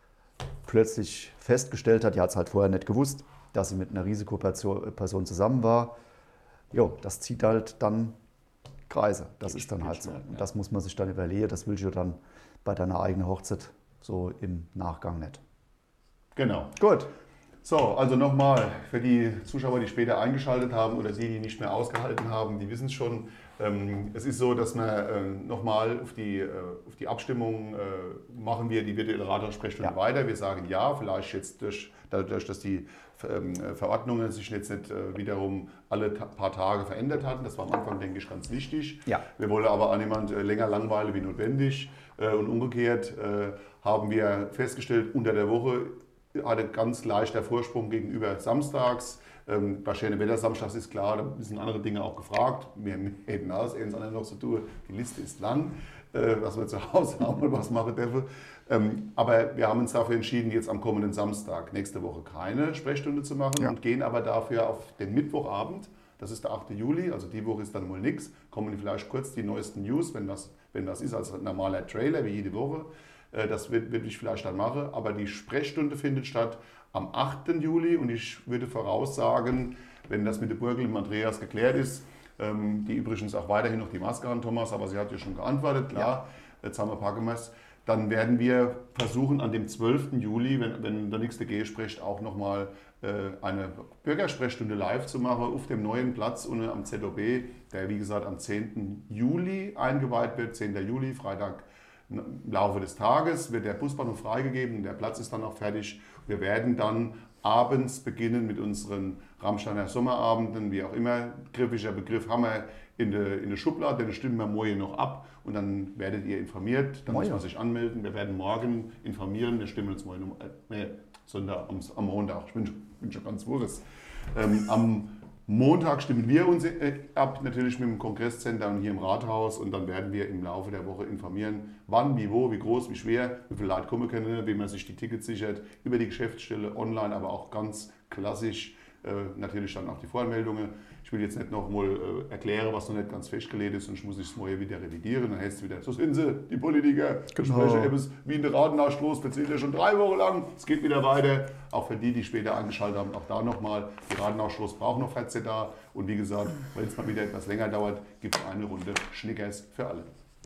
plötzlich festgestellt hat, die hat es halt vorher nicht gewusst, dass sie mit einer Risikoperson zusammen war. Jo, das zieht halt dann Kreise. Das Geht- ist dann geht halt so. schnell, ja. Und das muss man sich dann überlegen. Das will ich ja dann bei deiner eigenen Hochzeit so im Nachgang nicht. Genau. Gut. So, also nochmal für die Zuschauer, die später eingeschaltet haben oder die, die nicht mehr ausgehalten haben, die wissen es schon. Ähm, es ist so, dass wir äh, nochmal auf die, äh, auf die Abstimmung äh, machen wir die virtuelle Rathaus-Sprechstunde Ja. weiter. Wir sagen ja, vielleicht jetzt durch, dadurch, dass die ähm, Verordnungen sich jetzt nicht äh, wiederum alle ta paar Tage verändert hatten. Das war am Anfang, denke ich, ganz wichtig. Ja. Wir wollen aber auch niemand äh, länger langweilen wie notwendig. Äh, und umgekehrt äh, haben wir festgestellt, unter der Woche hatte ganz leichter Vorsprung gegenüber samstags. Ähm, bei schönem Wetter samstags ist klar, da sind andere Dinge auch gefragt. Wir hätten alles, eins andere noch zu tun. Die Liste ist lang, äh, was wir zu Hause haben und was machen dürfen. Ähm, aber wir haben uns dafür entschieden, jetzt am kommenden Samstag, nächste Woche, keine Sprechstunde zu machen Ja. und gehen aber dafür auf den Mittwochabend. Das ist der achte Juli, also die Woche ist dann wohl nichts. Kommen vielleicht kurz die neuesten News, wenn was, wenn was ist, als ein normaler Trailer wie jede Woche. Das wird, würde ich vielleicht dann machen, aber die Sprechstunde findet statt am achten Juli und ich würde voraussagen, wenn das mit der Burgel und Andreas geklärt ist, ähm, die übrigens auch weiterhin noch die Maske an, Thomas, aber sie hat ja schon geantwortet, klar, jetzt haben wir ein paar gemacht, dann werden wir versuchen an dem zwölften Juli, wenn, wenn der nächste G spricht, auch nochmal äh, eine Bürgersprechstunde live zu machen auf dem neuen Platz und am Z O B, der wie gesagt am zehnten Juli eingeweiht wird, zehnten Juli, Freitag. Im Laufe des Tages wird der Busbahnhof freigegeben, der Platz ist dann auch fertig. Wir werden dann abends beginnen mit unseren Rammsteiner Sommerabenden, wie auch immer. Griffiger Begriff haben wir in der, in der Schublade, den stimmen wir morgen noch ab und dann werdet ihr informiert. Dann muss man sich anmelden. Wir werden morgen informieren, wir stimmen uns morgen, äh, nee, Sonntag, am, am Montag, ich bin, schon- bin schon ganz wurres. Ähm, am Montag stimmen wir uns äh, ab, natürlich mit dem Kongresscenter und hier im Rathaus und dann werden wir im Laufe der Woche informieren, wann, wie, wo, wie groß, wie schwer, wie viele Leute kommen können, wie man sich die Tickets sichert, über die Geschäftsstelle, online, aber auch ganz klassisch, äh, natürlich dann auch die Voranmeldungen. Ich will jetzt nicht noch mal äh, erklären, was noch nicht ganz festgelegt ist, sonst muss ich es morgen wieder revidieren. Dann heißt es wieder, so sind sie, die Politiker, Genau. sprechen etwas wie in der Radenausstroß, erzählt ja schon drei Wochen lang, es geht wieder weiter. Auch für die, die später angeschaltet haben, auch da nochmal, die Radenausstroß braucht noch vierzehn da. Und wie gesagt, wenn es mal wieder etwas länger dauert, gibt es eine Runde Schnickers für alle.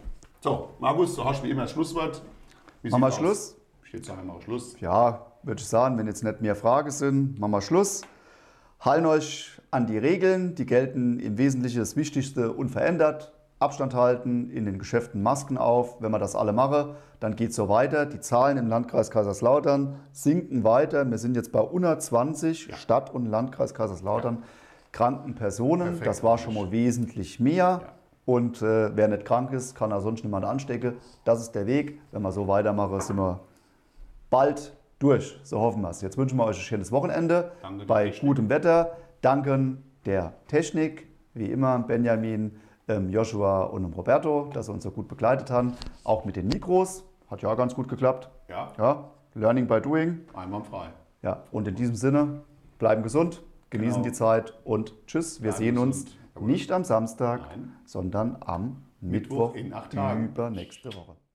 So, Markus, du hast wie immer das Schlusswort. Wie Machen wir sieht's aus? Schluss? Ich würde sagen, machen wir Schluss. Ja, würde ich sagen, wenn jetzt nicht mehr Fragen sind, machen wir Schluss. Halten euch an die Regeln, die gelten im Wesentlichen das Wichtigste unverändert. Abstand halten, in den Geschäften Masken auf. Wenn wir das alle machen, dann geht es so weiter. Die Zahlen im Landkreis Kaiserslautern sinken weiter. Wir sind jetzt bei hundertzwanzig Ja. Stadt- und Landkreis Kaiserslautern kranken Personen. Perfekt, Das war schon mal wesentlich mehr. Ja. Und äh, wer nicht krank ist, kann auch sonst niemand anstecken. Das ist der Weg. Wenn wir so weitermachen, sind wir bald durch. So hoffen wir es. Jetzt wünschen wir euch ein schönes Wochenende Danke der bei Technik. gutem Wetter. Danken der Technik, wie immer Benjamin, ähm, Joshua und dem Roberto, dass sie uns so gut begleitet haben. Auch mit den Mikros. Hat ja ganz gut geklappt. Ja, Ja, Learning by Doing. einwandfrei. Ja, und in diesem Sinne, bleiben gesund, genießen Genau. die Zeit und tschüss. Wir Bleiben sehen uns gesund. Jawohl. Nicht am Samstag, Nein. sondern am Mittwoch Mittwoch in acht Tagen. übernächste Woche.